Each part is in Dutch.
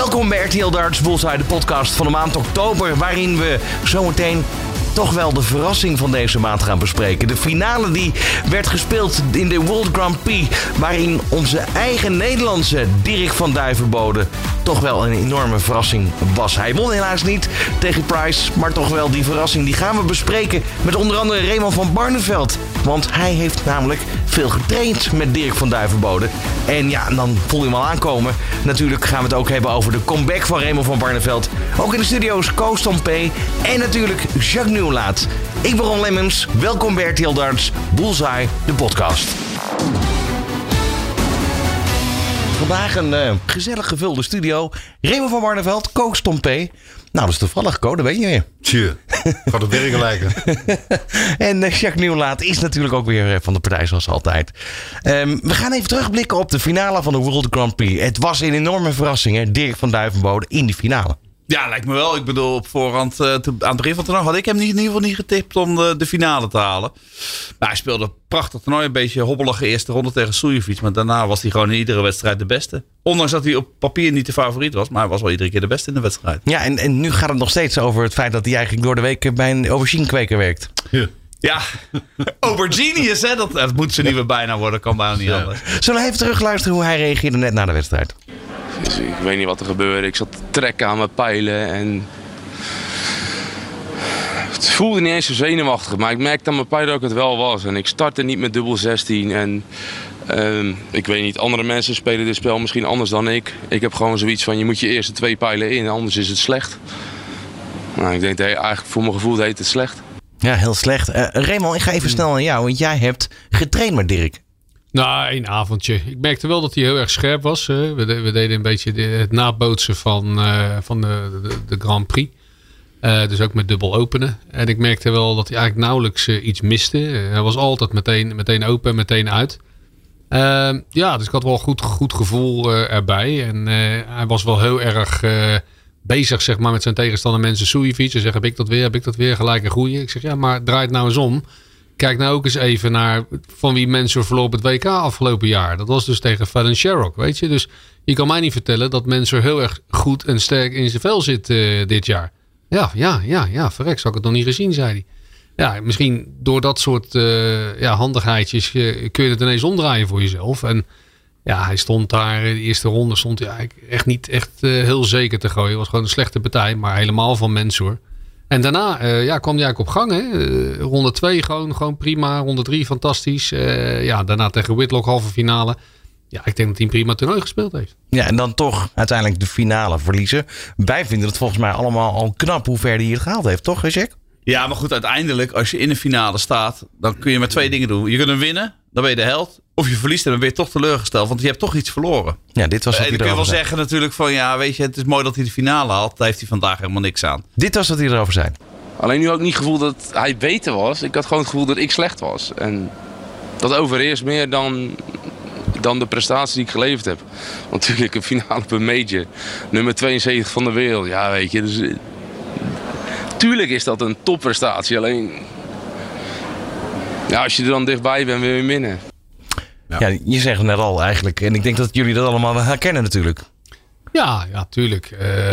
Welkom bij RTL Darts Bullseye, de podcast van de maand oktober, waarin we zometeen toch wel de verrassing van deze maand gaan bespreken. De finale die werd gespeeld in de World Grand Prix, waarin onze eigen Nederlandse Dirk van Duijvenbode toch wel een enorme verrassing was. Hij won helaas niet tegen Price, maar toch wel die verrassing. Die gaan we bespreken met onder andere Raymond van Barneveld. Want hij heeft namelijk veel getraind met Dirk van Duijvenbode. En ja, dan voel je hem al aankomen. Natuurlijk gaan we het ook hebben over de comeback van Raymond van Barneveld. Ook in de studio's Koos Tompé en natuurlijk Jacques Nieuwlaat. Ik ben Ron Lemmens. Welkom bij RTL Darts Bullseye, de podcast. Vandaag een gezellig gevulde studio. Raymond van Barneveld, Koos Tompé. Nou, dat is toevallig, Ko, dat weet je weer. Tje, gaat op werk lijken. En Jacques Nieuwlaat is natuurlijk ook weer van de partij zoals altijd. We gaan even terugblikken op de finale van de World Grand Prix. Het was een enorme verrassing, hè? Dirk van Duijvenbode in die finale. Ja, lijkt me wel. Ik bedoel, op voorhand, aan het begin van het toernooi had ik hem in ieder geval niet getipt om de finale te halen. Maar hij speelde een prachtig toernooi. Een beetje hobbelige eerste ronde tegen Suljovic. Maar daarna was hij gewoon in iedere wedstrijd de beste. Ondanks dat hij op papier niet de favoriet was. Maar hij was wel iedere keer de beste in de wedstrijd. Ja, en nu gaat het nog steeds over het feit dat hij eigenlijk door de week bij een auberginekweker werkt. Ja, auberginius, hè? Dat moet zijn nieuwe bijnaam worden. Kan bijna niet anders. Zullen we even terugluisteren hoe hij reageerde net na de wedstrijd? Dus ik weet niet wat er gebeurde. Ik zat te trekken aan mijn pijlen en het voelde niet eens zo zenuwachtig. Maar ik merkte aan mijn pijlen dat ik het wel was. En ik startte niet met dubbel 16. En ik weet niet, andere mensen spelen dit spel misschien anders dan ik. Ik heb gewoon zoiets van, je moet je eerste 2 pijlen in, anders is het slecht. Nou, ik denk, eigenlijk voor mijn gevoel heet het slecht. Ja, heel slecht. Raymond, ik ga even snel aan jou, want jij hebt getraind met Dirk. Nou, 1 avondje. Ik merkte wel dat hij heel erg scherp was. We deden een beetje het nabootsen van de Grand Prix. Dus ook met dubbel openen. En ik merkte wel dat hij eigenlijk nauwelijks iets miste. Hij was altijd meteen open en meteen uit. Dus ik had wel een goed gevoel erbij. En hij was wel heel erg bezig, zeg maar, met zijn tegenstander mensen Suljovic. Ze zeggen, heb ik dat weer, gelijk een goeie. Ik zeg, ja, maar draai het nou eens om. Kijk nou ook eens even naar van wie Mensur verloor op het WK afgelopen jaar. Dat was dus tegen Fallon Sherrock, weet je. Dus je kan mij niet vertellen dat Mensur heel erg goed en sterk in zijn vel zit dit jaar. Ja, verrek, zou ik het nog niet gezien, zei hij. Ja, misschien door dat soort handigheidjes kun je het ineens omdraaien voor jezelf. En ja, hij stond daar, de eerste ronde stond hij eigenlijk echt niet heel zeker te gooien. Het was gewoon een slechte partij, maar helemaal van Mensur. En daarna kwam hij eigenlijk op gang. Hè? Ronde 2 gewoon prima. Ronde 3 fantastisch. Daarna tegen Whitlock halve finale. Ja, ik denk dat hij een prima toernooi gespeeld heeft. Ja, en dan toch uiteindelijk de finale verliezen. Wij vinden het volgens mij allemaal al knap hoe ver hij het gehaald heeft. Toch, Jack? Ja, maar goed, uiteindelijk als je in de finale staat, dan kun je maar 2 dingen doen. Je kunt hem winnen, dan ben je de held. Of je verliest en dan ben je toch teleurgesteld. Want je hebt toch iets verloren. Ja, dit was wat hij dan kun je wel zei. zeggen natuurlijk van, ja, weet je, het is mooi dat hij de finale haalt. Daar heeft hij vandaag helemaal niks aan. Dit was wat hij erover zei. Alleen nu had ik niet het gevoel dat hij beter was. Ik had gewoon het gevoel dat ik slecht was. En dat overheerst meer dan de prestatie die ik geleverd heb. Want natuurlijk een finale op een major. Nummer 72 van de wereld. Ja, weet je. Dus, tuurlijk is dat een topprestatie. Alleen, ja, als je er dan dichtbij bent, wil je winnen. Ja, je zegt het net al eigenlijk. En ik denk dat jullie dat allemaal wel herkennen natuurlijk. Ja, tuurlijk.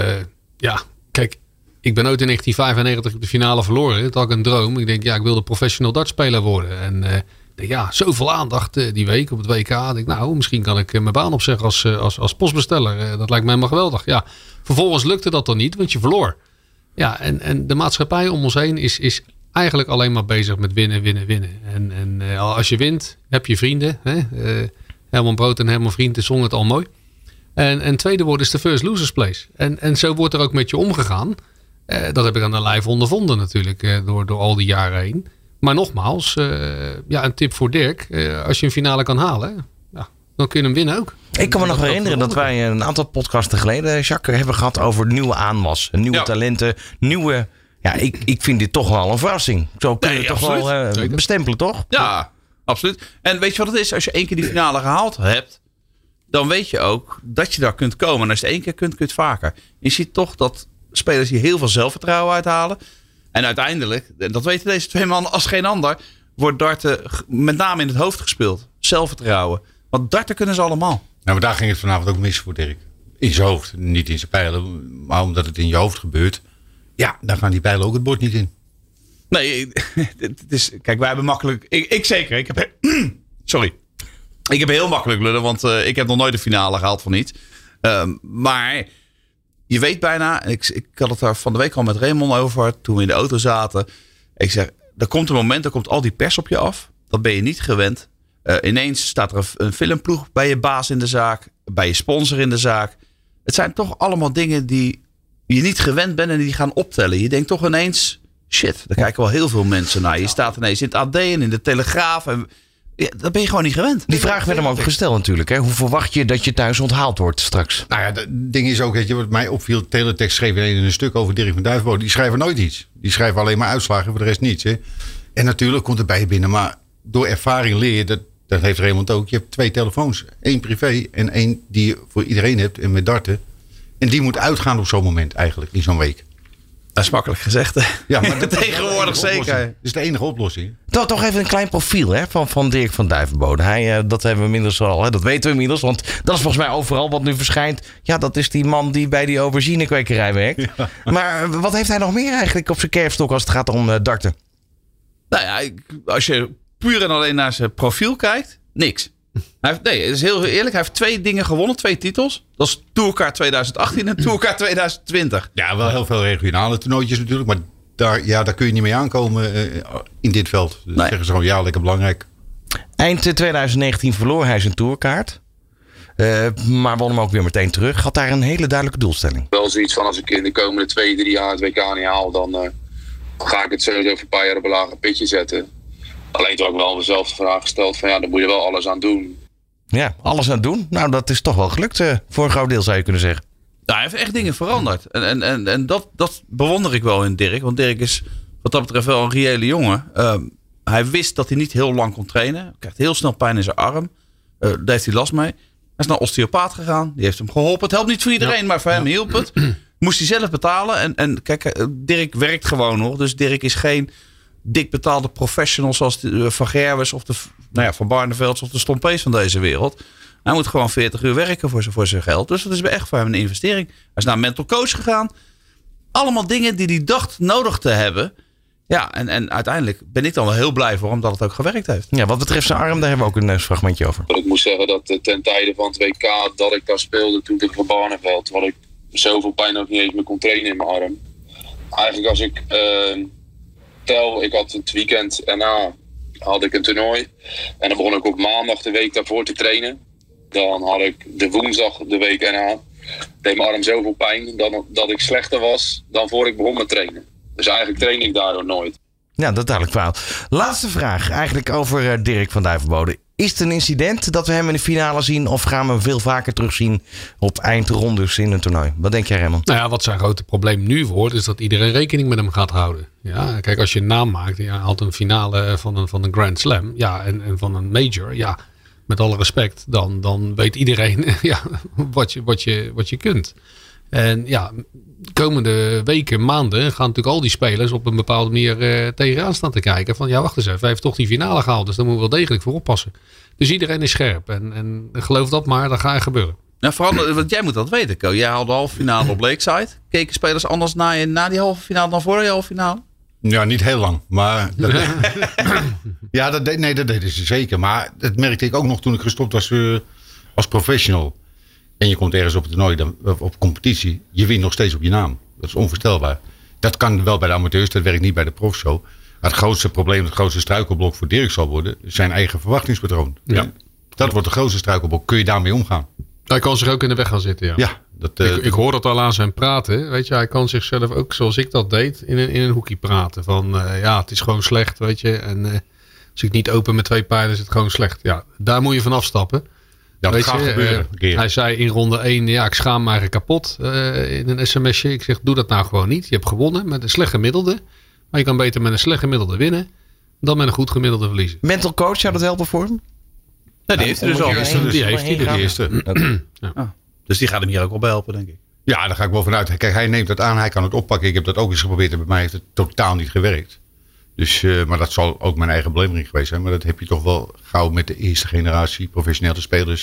Kijk, ik ben ooit in 1995 op de finale verloren. Dat had ik een droom. Ik denk, ik wilde professional dartspeler worden. En zoveel aandacht die week op het WK. Ik denk, nou, misschien kan ik mijn baan opzeggen als postbesteller. Dat lijkt mij helemaal geweldig. Ja, vervolgens lukte dat dan niet, want je verloor. Ja, en de maatschappij om ons heen is eigenlijk alleen maar bezig met winnen. En als je wint, heb je vrienden. Hè? Herman Brood en Herman Vrienden zongen het al mooi. En tweede woord is de first losers place. En zo wordt er ook met je omgegaan. Dat heb ik aan de lijf ondervonden natuurlijk door al die jaren heen. Maar nogmaals, een tip voor Dirk. Als je een finale kan halen, dan kun je hem winnen ook. Ik kan me nog herinneren dat wij een aantal podcasten geleden, Jacques, hebben gehad over nieuwe aanwas. Nieuwe talenten, nieuwe... Ja, ik vind dit toch wel een verrassing. Zo kun je het toch wel bestempelen, toch? Ja, absoluut. En weet je wat het is? Als je 1 keer die finale gehaald hebt, dan weet je ook dat je daar kunt komen. En als je het 1 keer kunt, kun je het vaker. Je ziet toch dat spelers hier heel veel zelfvertrouwen uithalen. En uiteindelijk, dat weten deze 2 mannen als geen ander, wordt darten met name in het hoofd gespeeld. Zelfvertrouwen. Want darten kunnen ze allemaal. Nou, maar daar ging het vanavond ook mis voor Dirk. in zijn hoofd, niet in zijn pijlen, maar omdat het in je hoofd gebeurt, ja, dan gaan die pijlen ook het bord niet in. Nee, het is, kijk, wij hebben makkelijk... Ik zeker. Sorry. Ik heb heel makkelijk lullen, want ik heb nog nooit de finale gehaald van iets. Maar je weet bijna... Ik had het daar van de week al met Raymond over, toen we in de auto zaten. Ik zeg, er komt een moment, er komt al die pers op je af. Dat ben je niet gewend. Ineens staat er een filmploeg bij je baas in de zaak, bij je sponsor in de zaak. Het zijn toch allemaal dingen die je niet gewend bent en die gaan optellen. Je denkt toch ineens, shit, daar kijken wel heel veel mensen naar. Je staat ineens in het AD en in de Telegraaf. En, ja, dat ben je gewoon niet gewend. Die vraag werd hem ook gesteld natuurlijk. Hè? Hoe verwacht je dat je thuis onthaald wordt straks? Nou ja, het ding is ook, weet je, wat mij opviel, teletext schreef in een stuk over Dirk van Duivenbode. Die schrijven nooit iets. Die schrijven alleen maar uitslagen, voor de rest niets. Hè. En natuurlijk komt het bij je binnen, maar door ervaring leer je, dat heeft Raymond ook. Je hebt 2 telefoons. 1 privé en 1 die je voor iedereen hebt en met darten. En die moet uitgaan op zo'n moment eigenlijk, in zo'n week. Dat is makkelijk gezegd, hè? Ja, maar tegenwoordig zeker. Dat is de enige oplossing. Toch even een klein profiel hè, van Dirk van Duivenbode. Dat hebben we inmiddels al, hè, dat weten we inmiddels. Want dat is volgens mij overal wat nu verschijnt. Ja, dat is die man die bij die auberginekwekerij werkt. Ja. Maar wat heeft hij nog meer eigenlijk op zijn kerfstok als het gaat om darten? Nou ja, als je puur en alleen naar zijn profiel kijkt, niks. Het is heel eerlijk. Hij heeft 2 dingen gewonnen, 2 titels. Dat is Tourkaart 2018 en Tourkaart 2020. Ja, wel heel veel regionale toernooitjes natuurlijk. Maar daar kun je niet mee aankomen in dit veld. Dus zeggen ze gewoon, ja, lekker belangrijk. Eind 2019 verloor hij zijn Tourkaart. Maar won hem ook weer meteen terug. Had daar een hele duidelijke doelstelling. Wel zoiets van, als ik in de komende 2-3 jaar het WK niet haal, dan ga ik het sowieso voor een paar jaar op een lager pitje zetten. Alleen toen heb ik wel mezelf de vraag gesteld van, ja, daar moet je wel alles aan doen. Ja, alles aan doen. Nou, dat is toch wel gelukt voor een groot deel, zou je kunnen zeggen. Nou, hij heeft echt dingen veranderd. En dat bewonder ik wel in Dirk. Want Dirk is wat dat betreft wel een reële jongen. Hij wist dat hij niet heel lang kon trainen. Hij krijgt heel snel pijn in zijn arm. Daar heeft hij last mee. Hij is naar osteopaat gegaan. Die heeft hem geholpen. Het helpt niet voor iedereen, maar voor hem hielp het. Moest hij zelf betalen. En kijk, Dirk werkt gewoon nog. Dus Dirk is geen dik betaalde professional zoals Van Gerwes of Van Barnevelds of de Stompees van deze wereld. Hij moet gewoon 40 uur werken voor zijn geld. Dus dat is echt voor hem een investering. Hij is naar een mental coach gegaan. Allemaal dingen die hij dacht nodig te hebben. Ja, en uiteindelijk ben ik dan wel heel blij voor hem dat het ook gewerkt heeft. Ja, wat betreft zijn arm, daar hebben we ook een fragmentje over. Ik moet zeggen dat ten tijde van het WK dat ik daar speelde toen tegen Van Barneveld, had ik zoveel pijn dat ik niet eens meer kon trainen in mijn arm. Eigenlijk als ik ik had het weekend erna had ik een toernooi. En dan begon ik op maandag de week daarvoor te trainen. Dan had ik de woensdag de week erna. Deed mijn arm zoveel pijn dat ik slechter was dan voor ik begon met trainen. Dus eigenlijk train ik daardoor nooit. Ja, dat is duidelijk verhaal. Laatste vraag eigenlijk over Dirk van Duivenbode. Is het een incident dat we hem in de finale zien? Of gaan we hem veel vaker terugzien op eindrondes in een toernooi? Wat denk jij, Raymond? Nou ja, wat zijn grote probleem nu wordt, is dat iedereen rekening met hem gaat houden. Ja, kijk, als je een naam maakt, je haalt een finale van een Grand Slam, ja, en van een major, ja, met alle respect, dan weet iedereen ja, wat je kunt. En ja, de komende weken, maanden gaan natuurlijk al die spelers op een bepaalde manier tegenaan staan te kijken. Van ja, wacht eens even, hij heeft toch die finale gehaald. Dus daar moeten we wel degelijk voor oppassen. Dus iedereen is scherp. En geloof dat maar, dat gaat gebeuren. Nou, vooral, want jij moet dat weten, Ko. Jij haalde de halve finale op Lakeside. Keken spelers anders naar je na die halve finale dan voor die halve finale? Ja, niet heel lang. Maar dat deden ze zeker. Maar dat merkte ik ook nog toen ik gestopt was als professional. En je komt ergens op het toernooi, op competitie. Je wint nog steeds op je naam. Dat is onvoorstelbaar. Dat kan wel bij de amateurs, dat werkt niet bij de profs zo. Maar het grootste probleem, het grootste struikelblok voor Dirk zal worden zijn eigen verwachtingspatroon. Ja. Dat wordt de grootste struikelblok. Kun je daarmee omgaan? Hij kan zich ook in de weg gaan zitten, ja. Ik hoor dat al aan zijn praten. Weet je, hij kan zichzelf ook, zoals ik dat deed, in een hoekje praten. Van het is gewoon slecht, weet je. En als ik niet open met 2 pijlen is het gewoon slecht. Ja, daar moet je van afstappen. Ja, dat gaat gebeuren. Hij zei in ronde 1, ja, ik schaam me eigenlijk kapot in een sms'je. Ik zeg, doe dat nou gewoon niet. Je hebt gewonnen met een slecht gemiddelde. Maar je kan beter met een slecht gemiddelde winnen dan met een goed gemiddelde verliezen. Mental coach, zou dat helpen voor hem? Ja, die heeft hij dus al. Die heeft hij, de eerste. Ja. Dus die gaat hem hier ook op helpen, denk ik. Ja, daar ga ik wel vanuit. Kijk, hij neemt dat aan, hij kan het oppakken. Ik heb dat ook eens geprobeerd en bij mij heeft het totaal niet gewerkt. Dus, maar dat zal ook mijn eigen belemmering geweest zijn. Maar dat heb je toch wel gauw met de eerste generatie professionele spelers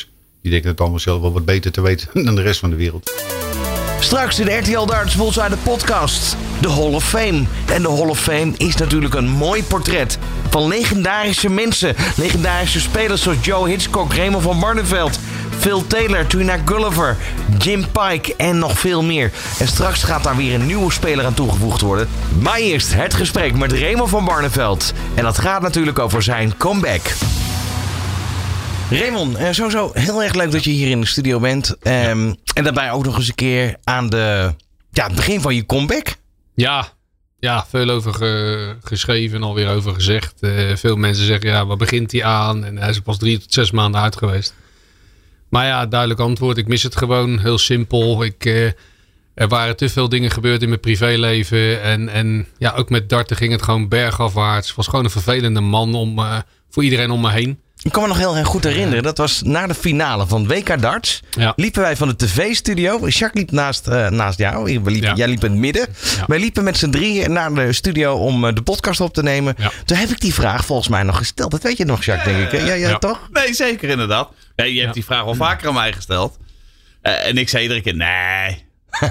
Die denken het allemaal zelf wel wat beter te weten dan de rest van de wereld. Straks in de RTL Darts Bullseye podcast, de Hall of Fame. En de Hall of Fame is natuurlijk een mooi portret van legendarische mensen. Legendarische spelers zoals Joe Hitchcock, Raymond van Barneveld, Phil Taylor, Trina Gulliver, Jim Pike en nog veel meer. En straks gaat daar weer een nieuwe speler aan toegevoegd worden. Maar eerst het gesprek met Raymond van Barneveld. En dat gaat natuurlijk over zijn comeback. Raymond, sowieso heel erg leuk dat je hier in de studio bent. En daarbij ook nog eens een keer aan het begin van je comeback. Ja, veel over geschreven en alweer over gezegd. Veel mensen zeggen, waar begint hij aan? En hij is pas 3 tot 6 maanden uit geweest. Maar ja, duidelijk antwoord. Ik mis het gewoon. Heel simpel. Er waren te veel dingen gebeurd in mijn privéleven. En ook met darten ging het gewoon bergafwaarts. Ik was gewoon een vervelende man voor iedereen om me heen. Ik kan me nog heel erg goed herinneren. Dat was na de finale van WK Darts. Ja. Liepen wij van de tv-studio. Jacques liep naast jou. Jij liep in het midden. Ja. Wij liepen met z'n drieën naar de studio om de podcast op te nemen. Ja. Toen heb ik die vraag volgens mij nog gesteld. Dat weet je nog, Jacques, denk ik. Ja, toch? Nee, zeker inderdaad. Je hebt die vraag al vaker aan mij gesteld. En ik zei iedere keer, nee.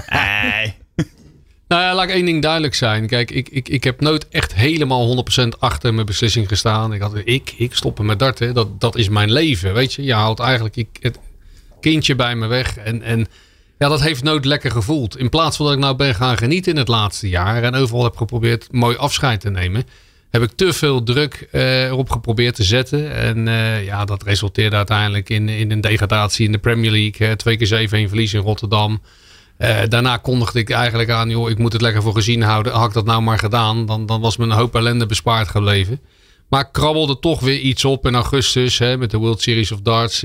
Nou ja, laat ik één ding duidelijk zijn. Kijk, ik heb nooit echt helemaal 100% achter mijn beslissing gestaan. Ik stoppen met darten. Dat is mijn leven, weet je. Je haalt eigenlijk het kindje bij me weg. En dat heeft nooit lekker gevoeld. In plaats van dat ik nou ben gaan genieten in het laatste jaar. En overal heb geprobeerd mooi afscheid te nemen. Heb ik te veel druk erop geprobeerd te zetten. En dat resulteerde uiteindelijk in een degradatie in de Premier League. 2 keer 7-1 verlies in Rotterdam. Daarna kondigde ik eigenlijk aan, ik moet het lekker voor gezien houden. Had ik dat nou maar gedaan, dan was me een hoop ellende bespaard gebleven. Maar ik krabbelde toch weer iets op in augustus. Met de World Series of Darts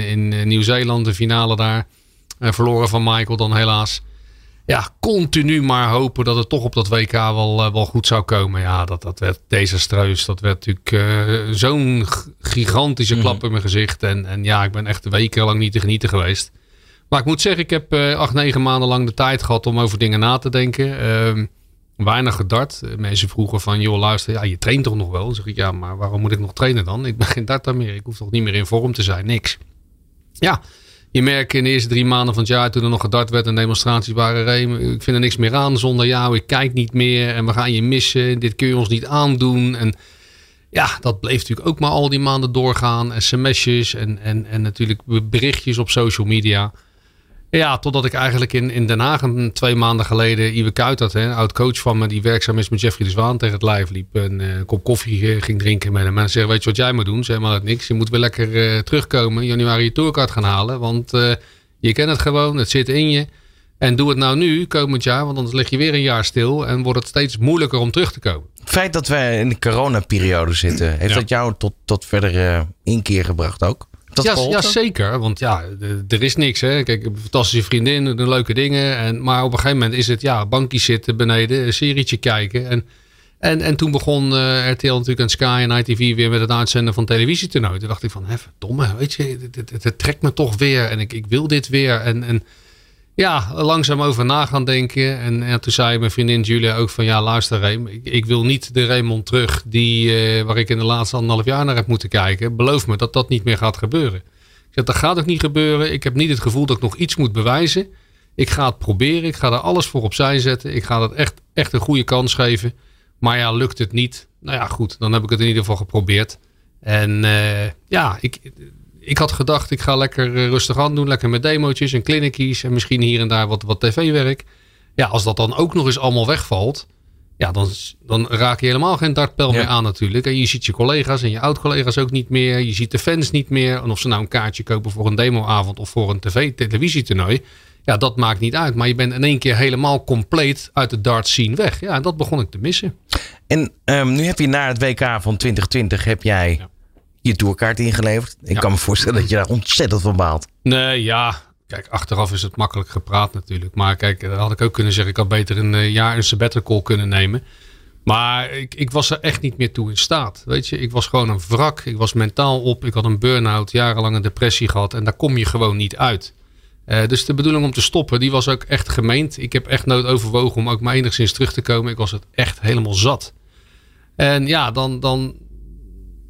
in Nieuw-Zeeland, de finale daar. Verloren van Michael dan helaas. Ja, continu maar hopen dat het toch op dat WK wel goed zou komen. Ja, dat werd desastreus. Dat werd natuurlijk zo'n gigantische klap in mijn gezicht. En ik ben echt wekenlang niet te genieten geweest. Maar ik moet zeggen, ik heb 8-9 maanden lang de tijd gehad om over dingen na te denken. Weinig gedart. Mensen vroegen van, luister, je traint toch nog wel? Dan zeg ik, ja, maar waarom moet ik nog trainen dan? Ik ben geen darter meer. Ik hoef toch niet meer in vorm te zijn? Niks. Ja, je merkt in de eerste 3 maanden van het jaar, toen er nog gedart werd en demonstraties waren, ik vind er niks meer aan zonder jou. Ik kijk niet meer en we gaan je missen. Dit kun je ons niet aandoen. En ja, dat bleef natuurlijk ook maar al die maanden doorgaan. SMS'jes en natuurlijk berichtjes op social media. Ja, totdat ik eigenlijk in Den Haag 2 maanden geleden Iwe Kuitert, een oud coach van me die werkzaam is met Jeffrey de Zwaan, tegen het lijf liep. Een kop koffie ging drinken met hem. En zei, weet je wat jij moet doen? Zeg maar niks. Je moet weer lekker terugkomen. In januari je tourkaart gaan halen. Want je kent het gewoon. Het zit in je. En doe het nou nu, komend jaar. Want anders lig je weer een jaar stil. En wordt het steeds moeilijker om terug te komen. Het feit dat wij in de coronaperiode zitten. Heeft dat jou tot verder inkeer gebracht ook? Ja, zeker. Want er is niks. Hè. Kijk, een fantastische vriendin, doen leuke dingen. Maar op een gegeven moment is het bankjes zitten beneden, een serietje kijken. En toen begon RTL natuurlijk en Sky en ITV weer met het uitzenden van televisietoernooi. Toen dacht ik van, verdomme, weet je, het trekt me toch weer. En ik wil dit weer. En langzaam over na gaan denken. En toen zei mijn vriendin Julia ook van, luister Reem, ik wil niet de Raymond terug waar ik in de laatste 1,5 jaar naar heb moeten kijken. Beloof me dat dat niet meer gaat gebeuren. Ik zeg, dat gaat ook niet gebeuren. Ik heb niet het gevoel dat ik nog iets moet bewijzen. Ik ga het proberen. Ik ga er alles voor opzij zetten. Ik ga dat echt een goede kans geven. Maar lukt het niet? Nou ja, goed. Dan heb ik het in ieder geval geprobeerd. En ik had gedacht, ik ga lekker rustig aan doen. Lekker met demootjes en clinickies. En misschien hier en daar wat tv-werk. Ja, als dat dan ook nog eens allemaal wegvalt. Ja, dan raak je helemaal geen dartpijl meer aan natuurlijk. En je ziet je collega's en je oud-collega's ook niet meer. Je ziet de fans niet meer. En of ze nou een kaartje kopen voor een demoavond of voor een televisietoernooi. Ja, dat maakt niet uit. Maar je bent in één keer helemaal compleet uit de dart scene weg. Ja, en dat begon ik te missen. En nu heb je na het WK van 2020 heb jij je tourkaart ingeleverd. Ik kan me voorstellen dat je daar ontzettend van baalt. Nee, kijk, achteraf is het makkelijk gepraat natuurlijk. Maar kijk, dat had ik ook kunnen zeggen. Ik had beter een jaar een sabbatical kunnen nemen. Maar ik was er echt niet meer toe in staat. Weet je, ik was gewoon een wrak. Ik was mentaal op. Ik had een burn-out, jarenlang een depressie gehad. En daar kom je gewoon niet uit. Dus de bedoeling om te stoppen, die was ook echt gemeend. Ik heb echt nooit overwogen om ook maar enigszins terug te komen. Ik was het echt helemaal zat. En dan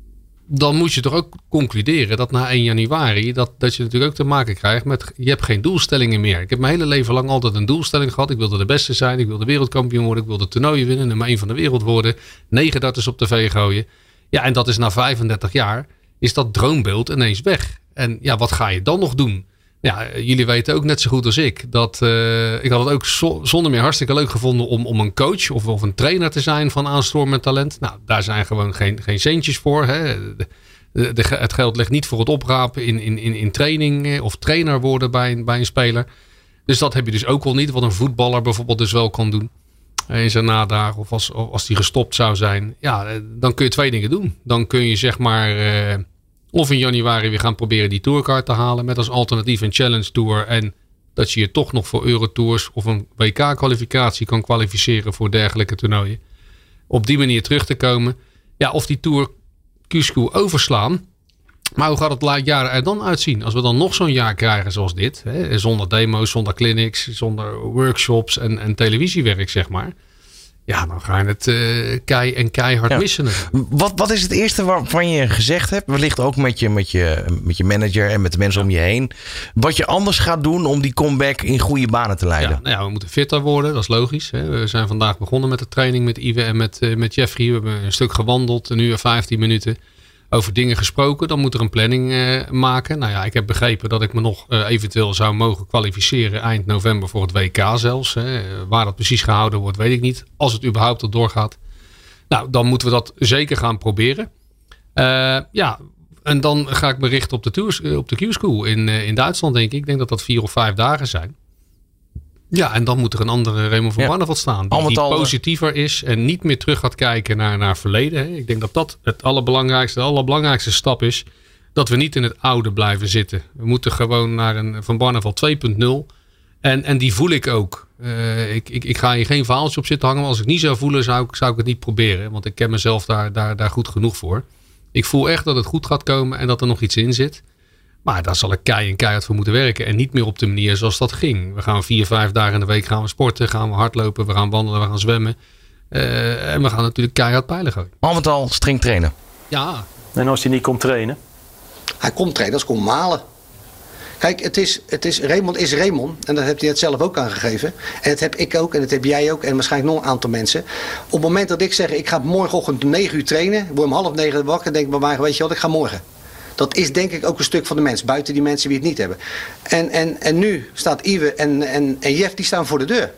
dan moet je toch ook concluderen dat na 1 januari... dat je natuurlijk ook te maken krijgt met... je hebt geen doelstellingen meer. Ik heb mijn hele leven lang altijd een doelstelling gehad. Ik wilde de beste zijn. Ik wilde wereldkampioen worden. Ik wilde toernooien winnen. Nummer 1 van de wereld worden. 9 darters op tv gooien. Ja, en dat is na 35 jaar... is dat droombeeld ineens weg. En ja, wat ga je dan nog doen? Ja, jullie weten ook net zo goed als ik... dat ik had het ook zonder meer hartstikke leuk gevonden... om een coach of een trainer te zijn van aanstormend talent. Nou, daar zijn gewoon geen centjes voor. Hè. Het geld ligt niet voor het oprapen in training... of trainer worden bij een speler. Dus dat heb je dus ook al niet. Wat een voetballer bijvoorbeeld dus wel kan doen. In zijn nadagen of als die gestopt zou zijn. Ja, dan kun je 2 dingen doen. Dan kun je zeg maar... of in januari weer gaan proberen die tourcard te halen. Met als alternatief een challenge tour. En dat je je toch nog voor Eurotours of een WK-kwalificatie kan kwalificeren voor dergelijke toernooien. Op die manier terug te komen. Ja, of die Tour Q-School overslaan. Maar hoe gaat het jaar er dan uitzien? Als we dan nog zo'n jaar krijgen zoals dit. Hè, zonder demo's, zonder clinics, zonder workshops en televisiewerk zeg maar. Ja, dan ga je het keihard missen. Wat is het eerste waarvan je gezegd hebt, wellicht ook met je manager en met de mensen om je heen, wat je anders gaat doen om die comeback in goede banen te leiden? Ja, we moeten fitter worden, dat is logisch. Hè. We zijn vandaag begonnen met de training met Ive en met Jeffrey. We hebben een stuk gewandeld, 1 uur en 15 minuten. Over dingen gesproken, dan moet er een planning maken. Nou ja, ik heb begrepen dat ik me nog eventueel zou mogen kwalificeren eind november voor het WK zelfs. Waar dat precies gehouden wordt, weet ik niet. Als het überhaupt er doorgaat. Nou, dan moeten we dat zeker gaan proberen. En dan ga ik me richten op de Q-School in Duitsland, denk ik. Ik denk dat dat 4 of 5 dagen zijn. Ja, en dan moet er een andere Raymond van Barneveld staan. Die positiever is en niet meer terug gaat kijken naar verleden. Hè. Ik denk dat dat het allerbelangrijkste stap is. Dat we niet in het oude blijven zitten. We moeten gewoon naar een Van Barneveld 2.0. En die voel ik ook. Ik ga hier geen verhaaltje op zitten hangen. Maar als ik niet zou voelen, zou ik het niet proberen. Want ik ken mezelf daar goed genoeg voor. Ik voel echt dat het goed gaat komen en dat er nog iets in zit. Maar daar zal ik keihard voor moeten werken. En niet meer op de manier zoals dat ging. We gaan 4-5 dagen in de week gaan we sporten. Gaan we hardlopen. We gaan wandelen. We gaan zwemmen. En we gaan natuurlijk keihard pijlen gooien. Al met al streng trainen. Ja. En als hij niet komt trainen? Hij komt trainen, dat is komt malen. Kijk, Raymond is Raymond. En dat heeft hij het zelf ook aangegeven. En dat heb ik ook. En dat heb jij ook. En waarschijnlijk nog een aantal mensen. Op het moment dat ik zeg, ik ga morgenochtend om 9 uur trainen. Word om 8:30 wakker. En denk bij mij, weet je wat, ik ga morgen. Dat is denk ik ook een stuk van de mens. Buiten die mensen die het niet hebben. En nu staat Ive en Jeff, die staan voor de deur.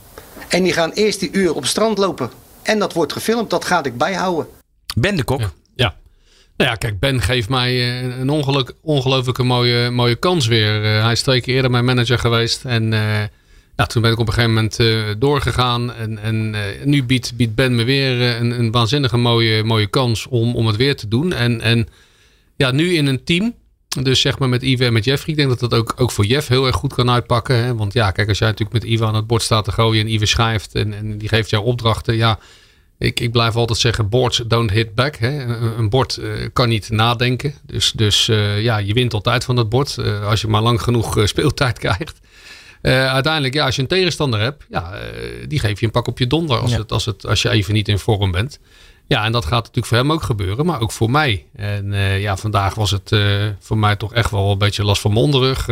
En die gaan eerst die uur op het strand lopen. En dat wordt gefilmd. Dat ga ik bijhouden. Ben de Kok. Ja. Nou ja, kijk, Ben geeft mij een ongelooflijke mooie kans weer. Hij is 2 keer eerder mijn manager geweest. En toen ben ik op een gegeven moment doorgegaan. En nu biedt Ben me weer een waanzinnige mooie kans om het weer te doen. En ja, nu in een team. Dus zeg maar met Ive en met Jeffrey. Ik denk dat dat ook voor Jeff heel erg goed kan uitpakken. Hè? Want ja, kijk, als jij natuurlijk met Ive aan het bord staat te gooien. En Ive schrijft en die geeft jou opdrachten. Ja, ik blijf altijd zeggen, boards don't hit back. Hè? Een bord kan niet nadenken. Dus je wint altijd van dat bord. Als je maar lang genoeg speeltijd krijgt. Uiteindelijk, ja, als je een tegenstander hebt. Die geef je een pak op je donder. Als je even niet in vorm bent. Ja, en dat gaat natuurlijk voor hem ook gebeuren, maar ook voor mij. En vandaag was het voor mij toch echt wel een beetje last van mijn onderrug.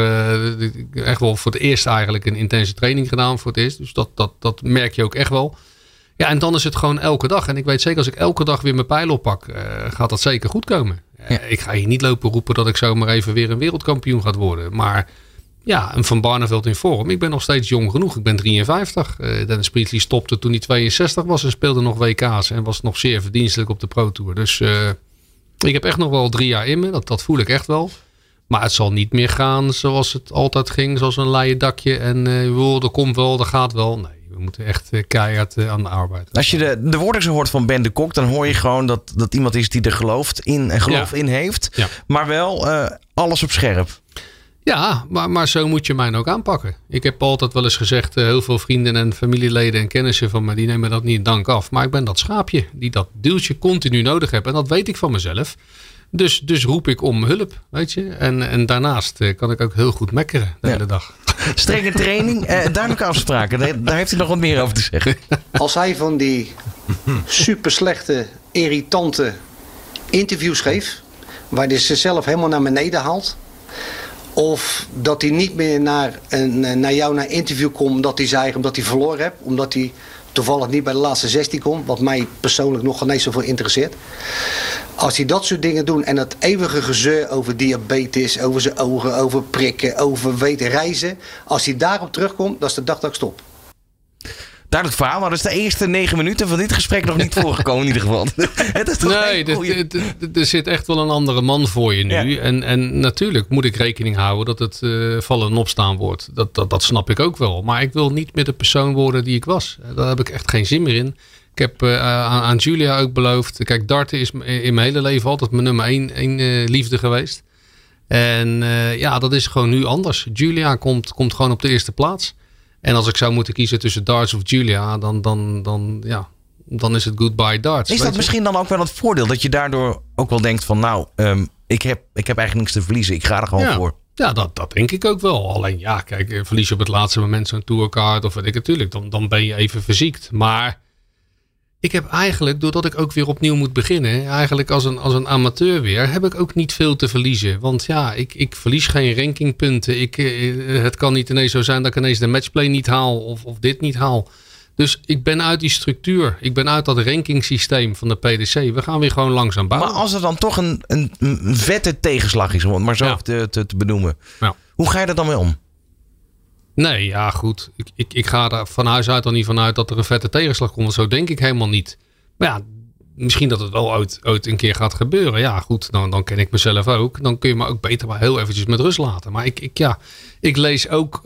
Echt wel voor het eerst eigenlijk een intense training gedaan voor het eerst. Dus dat merk je ook echt wel. Ja, en dan is het gewoon elke dag. En ik weet zeker, als ik elke dag weer mijn pijl oppak, gaat dat zeker goed komen. Ja. Ik ga hier niet lopen roepen dat ik zomaar even weer een wereldkampioen gaat worden. Maar ja, een Van Barneveld in vorm. Ik ben nog steeds jong genoeg. Ik ben 53. Dennis Priestley stopte toen hij 62 was en speelde nog WK's. En was nog zeer verdienstelijk op de Pro Tour. Dus ik heb echt nog wel 3 jaar in me. Dat voel ik echt wel. Maar het zal niet meer gaan zoals het altijd ging. Zoals een leien dakje. En dat komt wel, dat gaat wel. Nee, we moeten echt keihard aan de arbeid. Als je de woorden zo hoort van Ben de Kok, dan hoor je gewoon dat iemand is die er geloof in heeft. Ja. Maar wel alles op scherp. Ja, maar zo moet je mij ook aanpakken. Ik heb altijd wel eens gezegd, heel veel vrienden en familieleden en kennissen van me, die nemen dat niet in dank af. Maar ik ben dat schaapje die dat duwtje continu nodig heeft. En dat weet ik van mezelf. Dus roep ik om hulp, weet je. En daarnaast kan ik ook heel goed mekkeren de hele dag. Strenge training, duidelijke afspraken. Daar heeft hij nog wat meer over te zeggen. Als hij van die super slechte, irritante interviews geeft, waar hij zichzelf helemaal naar beneden haalt. Of dat hij niet meer naar jou naar interview komt omdat hij verloren hebt. Omdat hij toevallig niet bij de laatste 16 komt. Wat mij persoonlijk nog niet zoveel interesseert. Als hij dat soort dingen doet en dat eeuwige gezeur over diabetes, over zijn ogen, over prikken, over reizen. Als hij daarop terugkomt, dat is de dag dat ik stop. Duidelijk verhaal, maar dat is de eerste 9 minuten van dit gesprek nog niet voorgekomen in ieder geval. Het is toch er zit echt wel een andere man voor je nu. Ja. En natuurlijk moet ik rekening houden dat het vallen en opstaan wordt. Dat snap ik ook wel. Maar ik wil niet meer de persoon worden die ik was. Daar heb ik echt geen zin meer in. Ik heb aan Julia ook beloofd. Kijk, darten is in mijn hele leven altijd mijn nummer 1 liefde geweest. En dat is gewoon nu anders. Julia komt gewoon op de eerste plaats. En als ik zou moeten kiezen tussen darts of Julia, dan is het goodbye darts. Is dat misschien dan ook wel het voordeel? Dat je daardoor ook wel denkt van ik heb eigenlijk niks te verliezen. Ik ga er gewoon voor. Ja, dat denk ik ook wel. Alleen verlies je op het laatste moment zo'n tourcard of weet ik natuurlijk. Dan ben je even verziekt. Maar ik heb eigenlijk, doordat ik ook weer opnieuw moet beginnen, eigenlijk als een amateur weer, heb ik ook niet veel te verliezen. Want ik verlies geen rankingpunten. Het kan niet ineens zo zijn dat ik ineens de matchplay niet haal of dit niet haal. Dus ik ben uit die structuur. Ik ben uit dat rankingsysteem van de PDC. We gaan weer gewoon langzaam bouwen. Maar als er dan toch een vette tegenslag is, om het maar zo te benoemen. Ja. Hoe ga je er dan mee om? Nee, ja goed. Ik ga er van huis uit dan niet vanuit dat er een vette tegenslag komt. Zo denk ik helemaal niet. Maar ja, misschien dat het wel ooit een keer gaat gebeuren. Ja goed, dan ken ik mezelf ook. Dan kun je me ook beter maar heel eventjes met rust laten. Maar ik lees ook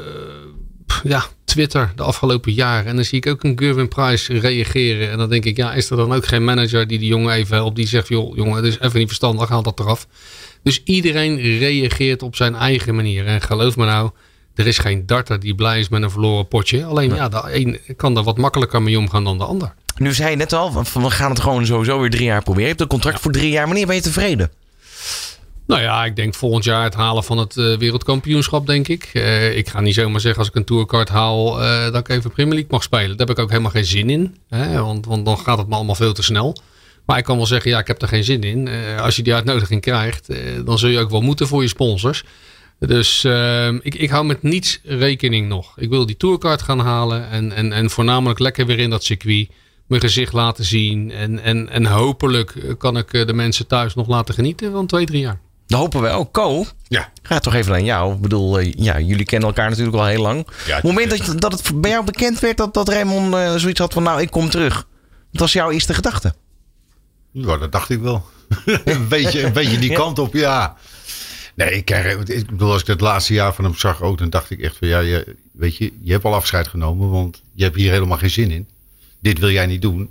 Twitter de afgelopen jaren. En dan zie ik ook een Gerwin Price reageren. En dan denk ik, is er dan ook geen manager die jongen even helpt. Die zegt, joh jongen, het is even niet verstandig. Haal dat eraf. Dus iedereen reageert op zijn eigen manier. En geloof me nou, er is geen darter die blij is met een verloren potje. Alleen de een kan er wat makkelijker mee omgaan dan de ander. Nu zei je net al, we gaan het gewoon sowieso weer 3 jaar proberen. Je hebt een contract voor 3 jaar. Wanneer ben je tevreden? Nou ja, ik denk volgend jaar het halen van het wereldkampioenschap, denk ik. Ik ga niet zomaar zeggen als ik een tourcard haal dat ik even Premier League mag spelen. Daar heb ik ook helemaal geen zin in. Want dan gaat het me allemaal veel te snel. Maar ik kan wel zeggen, ik heb er geen zin in. Als je die uitnodiging krijgt, dan zul je ook wel moeten voor je sponsors. Dus ik hou met niets rekening nog. Ik wil die tourcard gaan halen en voornamelijk lekker weer in dat circuit mijn gezicht laten zien. En hopelijk kan ik de mensen thuis nog laten genieten van 2-3 jaar. Dat hopen we ook. Co, ga toch even aan jou. Ik bedoel, jullie kennen elkaar natuurlijk al heel lang. Ja, op het moment dat het bij jou bekend werd dat Raymond zoiets had van ik kom terug. Wat was jouw eerste gedachte? Ja, dat dacht ik wel. een beetje die kant op, ja. Nee, ik bedoel, als ik het laatste jaar van hem zag ook, dan dacht ik echt van weet je hebt al afscheid genomen, want je hebt hier helemaal geen zin in. Dit wil jij niet doen.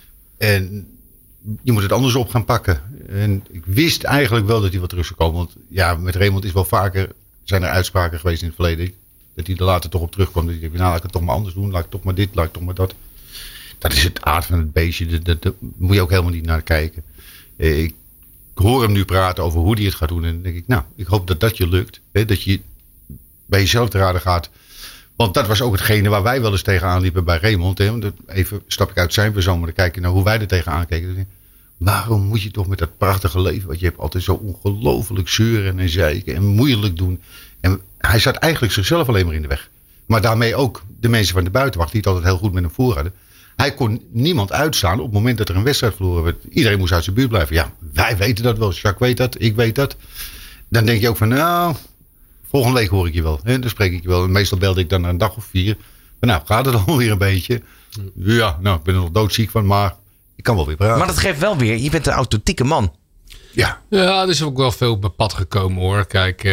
En je moet het anders op gaan pakken. En ik wist eigenlijk wel dat hij wat terug zou komen. Want met Raymond is wel vaker, zijn er uitspraken geweest in het verleden, dat hij er later toch op terugkwam. Dat hij dacht, laat ik het toch maar anders doen. Laat ik toch maar dit, laat ik toch maar dat. Dat is het aard van het beestje. Daar moet je ook helemaal niet naar kijken. Ik hoor hem nu praten over hoe hij het gaat doen. En dan denk ik, ik hoop dat je lukt. Hè? Dat je bij jezelf te raden gaat. Want dat was ook hetgene waar wij wel eens tegenaan liepen bij Raymond. Hè? Even stap ik uit zijn persoon, maar dan kijk je naar hoe wij er tegenaan keken. Waarom moet je toch met dat prachtige leven, want je hebt altijd zo ongelooflijk zeuren en zeiken en moeilijk doen. En hij zat eigenlijk zichzelf alleen maar in de weg. Maar daarmee ook de mensen van de buitenwacht die het altijd heel goed met hem voor hadden. Hij kon niemand uitstaan op het moment dat er een wedstrijd verloren werd. Iedereen moest uit zijn buurt blijven. Ja, wij weten dat wel. Jacques weet dat, ik weet dat. Dan denk je ook van, volgende week hoor ik je wel. Hè? Dan spreek ik je wel. En meestal belde ik dan na een dag of 4. Maar gaat het alweer een beetje? Ja, ik ben er nog doodziek van, maar ik kan wel weer praten. Maar dat geeft wel weer, je bent een authentieke man. Ja, er is ook wel veel op mijn pad gekomen hoor. Kijk,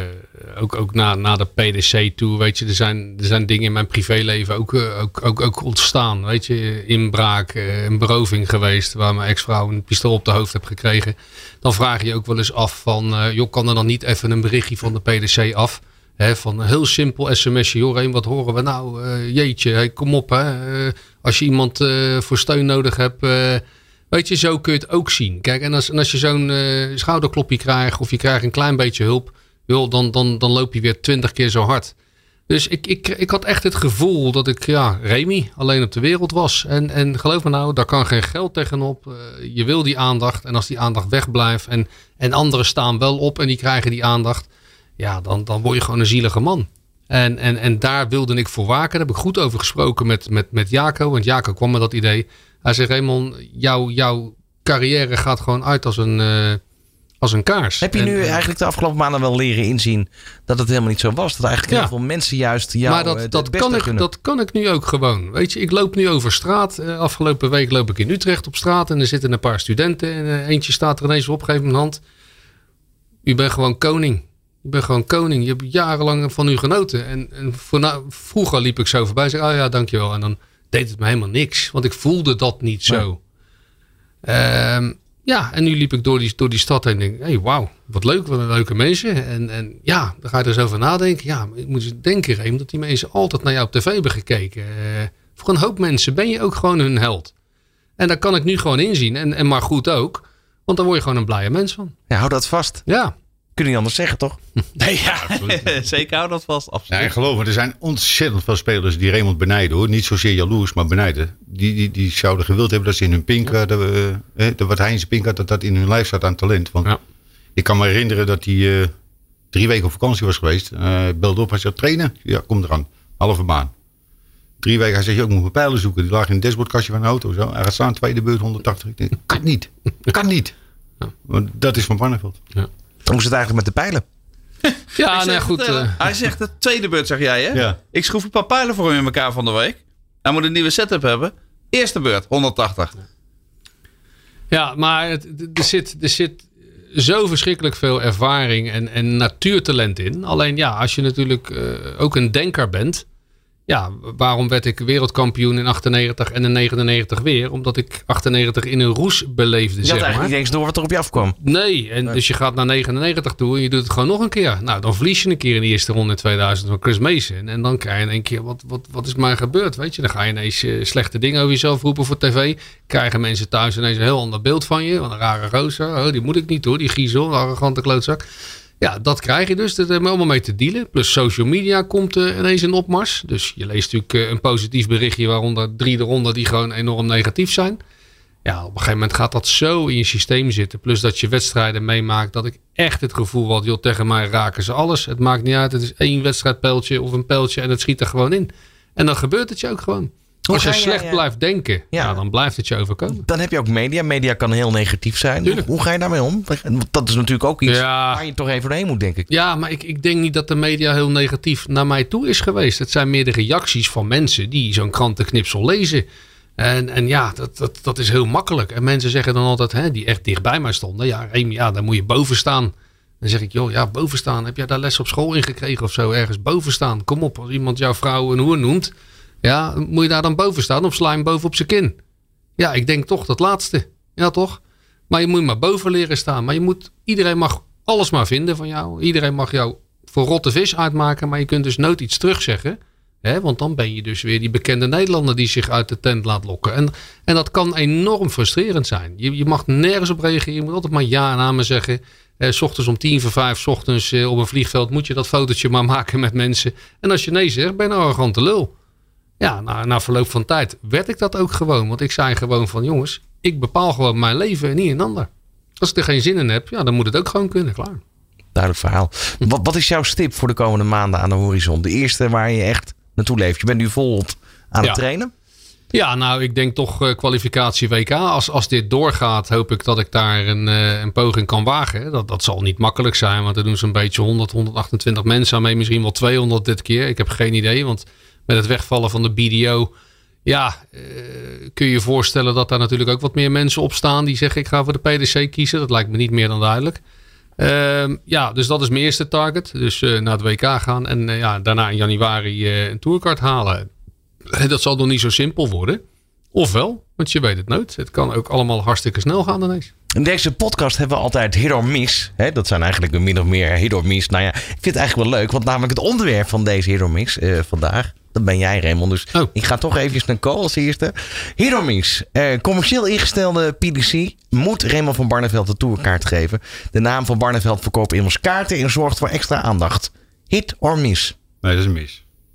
ook na de PDC toe, weet je, er zijn dingen in mijn privéleven ook ontstaan. Weet je, inbraak, een beroving geweest waar mijn ex-vrouw een pistool op de hoofd heeft gekregen. Dan vraag je ook wel eens af van, kan er dan niet even een berichtje van de PDC af? Van een heel simpel sms'je, joh, wat horen we nou? Jeetje, kom op, als je iemand voor steun nodig hebt. Weet je, zo kun je het ook zien. Kijk, en als je zo'n schouderklopje krijgt of je krijgt een klein beetje hulp, dan loop je weer 20 keer zo hard. Dus ik had echt het gevoel dat ik, Remy, alleen op de wereld was. En geloof me nou, daar kan geen geld tegenop. Je wil die aandacht. En als die aandacht wegblijft en anderen staan wel op en die krijgen die aandacht. Ja, dan word je gewoon een zielige man. En daar wilde ik voor waken. Daar heb ik goed over gesproken met Jaco. Want Jaco kwam met dat idee. Hij zei, Raymond, jouw carrière gaat gewoon uit als een kaars. Heb je nu eigenlijk de afgelopen maanden wel leren inzien dat het helemaal niet zo was? Dat eigenlijk heel veel mensen juist jou maar dat kan ik nu ook gewoon. Weet je, ik loop nu over straat. Afgelopen week loop ik in Utrecht op straat. En er zitten een paar studenten. En eentje staat er ineens op, geeft me een hand. U bent gewoon koning. Je bent gewoon koning. Je hebt jarenlang van u genoten. En vroeger liep ik zo voorbij. En zei, oh ja, dankjewel. En dan deed het me helemaal niks. Want ik voelde dat niet zo. Ja, en nu liep ik door die stad en denk, hey, wauw, wat leuk, wat een leuke mensen. En ja, dan ga je er eens over nadenken. Ja, ik moet eens denken, Reem, dat die mensen altijd naar jou op tv hebben gekeken. Voor een hoop mensen ben je ook gewoon hun held. En daar kan ik nu gewoon inzien. En maar goed ook, want daar word je gewoon een blije mens van. Ja, hou dat vast. Ja. Kun je niet anders zeggen, toch? Nee, ja, zeker hou dat vast. Absoluut. Ja, geloof me, er zijn ontzettend veel spelers die Raymond benijden, hoor. Niet zozeer jaloers, maar benijden. Die zouden gewild hebben dat ze in hun pink, wat hij in zijn pink had, dat in hun lijf zat aan talent. Want ik kan me herinneren dat hij 3 weken op vakantie was geweest. Belde op, hij zei, trainen? Ja, kom eraan. Halve baan. 3 weken, hij zei, ik moet mijn pijlen zoeken. Die lagen in het dashboardkastje van een auto. Zo. Hij gaat staan, tweede beurt, 180. Ik denk, kan niet. Kan niet. Want dat is Van Barneveld. Ja. Hoe is het eigenlijk met de pijlen? Ja, nee, goed. Hij zegt de tweede beurt, zeg jij, hè? Ja. Ik schroef een paar pijlen voor hem in elkaar van de week. Hij moet een nieuwe setup hebben. Eerste beurt, 180. Ja, maar er zit zo verschrikkelijk veel ervaring en natuurtalent in. Alleen ja, als je natuurlijk ook een denker bent. Ja, waarom werd ik wereldkampioen in 98 en in 99 weer? Omdat ik 98 in een roes beleefde, je had eigenlijk niet eens door wat er op je afkwam. Nee, dus je gaat naar 99 toe en je doet het gewoon nog een keer. Nou, dan verlies je een keer in de eerste ronde in 2000 van Chris Mason. En dan krijg je in één keer, wat is mij gebeurd, weet je? Dan ga je ineens slechte dingen over jezelf roepen voor tv. Krijgen mensen thuis ineens een heel ander beeld van je. Wat een rare gozer. Oh, die moet ik niet hoor, die Giesel, een arrogante klootzak. Ja, dat krijg je dus. Dat hebben we allemaal mee te dealen. Plus social media komt ineens in opmars. Dus je leest natuurlijk een positief berichtje, waaronder 3 eronder die gewoon enorm negatief zijn. Ja, op een gegeven moment gaat dat zo in je systeem zitten. Plus dat je wedstrijden meemaakt, dat ik echt het gevoel had, joh, tegen mij raken ze alles. Het maakt niet uit. Het is 1 wedstrijdpijltje of een pijltje en het schiet er gewoon in. En dan gebeurt het je ook gewoon. Als je slecht blijft denken, dan blijft het je overkomen. Dan heb je ook media. Media kan heel negatief zijn. Tuurlijk. Hoe ga je daarmee om? Dat is natuurlijk ook iets waar je toch even doorheen moet, denk ik. Ja, maar ik denk niet dat de media heel negatief naar mij toe is geweest. Het zijn meer de reacties van mensen die zo'n krantenknipsel lezen. En ja, dat is heel makkelijk. En mensen zeggen dan altijd, die echt dicht bij mij stonden. Ja, Remy, daar moet je boven staan. Dan zeg ik, joh, ja, boven staan. Heb jij daar les op school in gekregen of zo? Ergens boven staan. Kom op, als iemand jouw vrouw een hoer noemt. Ja, moet je daar dan boven staan of sla je hem boven op zijn kin? Ja, ik denk toch dat laatste. Ja, toch? Maar je moet maar boven leren staan. Maar iedereen mag alles maar vinden van jou. Iedereen mag jou voor rotte vis uitmaken. Maar je kunt dus nooit iets terugzeggen. Want dan ben je dus weer die bekende Nederlander die zich uit de tent laat lokken. En dat kan enorm frustrerend zijn. Je mag nergens op reageren. Je moet altijd maar ja en amen zeggen. 's Ochtends om 4:45 's ochtends op een vliegveld moet je dat fotootje maar maken met mensen. En als je nee zegt, ben je een arrogante lul. Ja, na verloop van tijd werd ik dat ook gewoon. Want ik zei gewoon van, jongens, ik bepaal gewoon mijn leven en niet een ander. Als ik er geen zin in heb, dan moet het ook gewoon kunnen, klaar. Duidelijk verhaal. Wat is jouw stip voor de komende maanden aan de horizon? De eerste waar je echt naartoe leeft. Je bent nu volop aan het trainen. Ja, nou, ik denk toch kwalificatie WK. Als dit doorgaat, hoop ik dat ik daar een poging kan wagen. Dat zal niet makkelijk zijn, want er doen zo'n beetje 100, 128 mensen aan mee. Misschien wel 200 dit keer. Ik heb geen idee, want met het wegvallen van de BDO, kun je je voorstellen dat daar natuurlijk ook wat meer mensen op staan die zeggen, ik ga voor de PDC kiezen. Dat lijkt me niet meer dan duidelijk. Dus dat is mijn eerste target. Dus naar het WK gaan en daarna in januari een tourcard halen. Dat zal nog niet zo simpel worden. Ofwel, want je weet het nooit. Het kan ook allemaal hartstikke snel gaan ineens. In deze podcast hebben we altijd hit or miss. Dat zijn eigenlijk min of meer hit or miss. Nou ja, ik vind het eigenlijk wel leuk. Want namelijk het onderwerp van deze hit or miss vandaag. Dat ben jij, Raymond. Dus ik ga toch eventjes naar Cole als eerste. Hit or miss. Commercieel ingestelde PDC moet Raymond van Barneveld de tourkaart geven. De naam van Barneveld verkoopt immers kaarten en zorgt voor extra aandacht. Hit or miss? Nee, dat is een mis.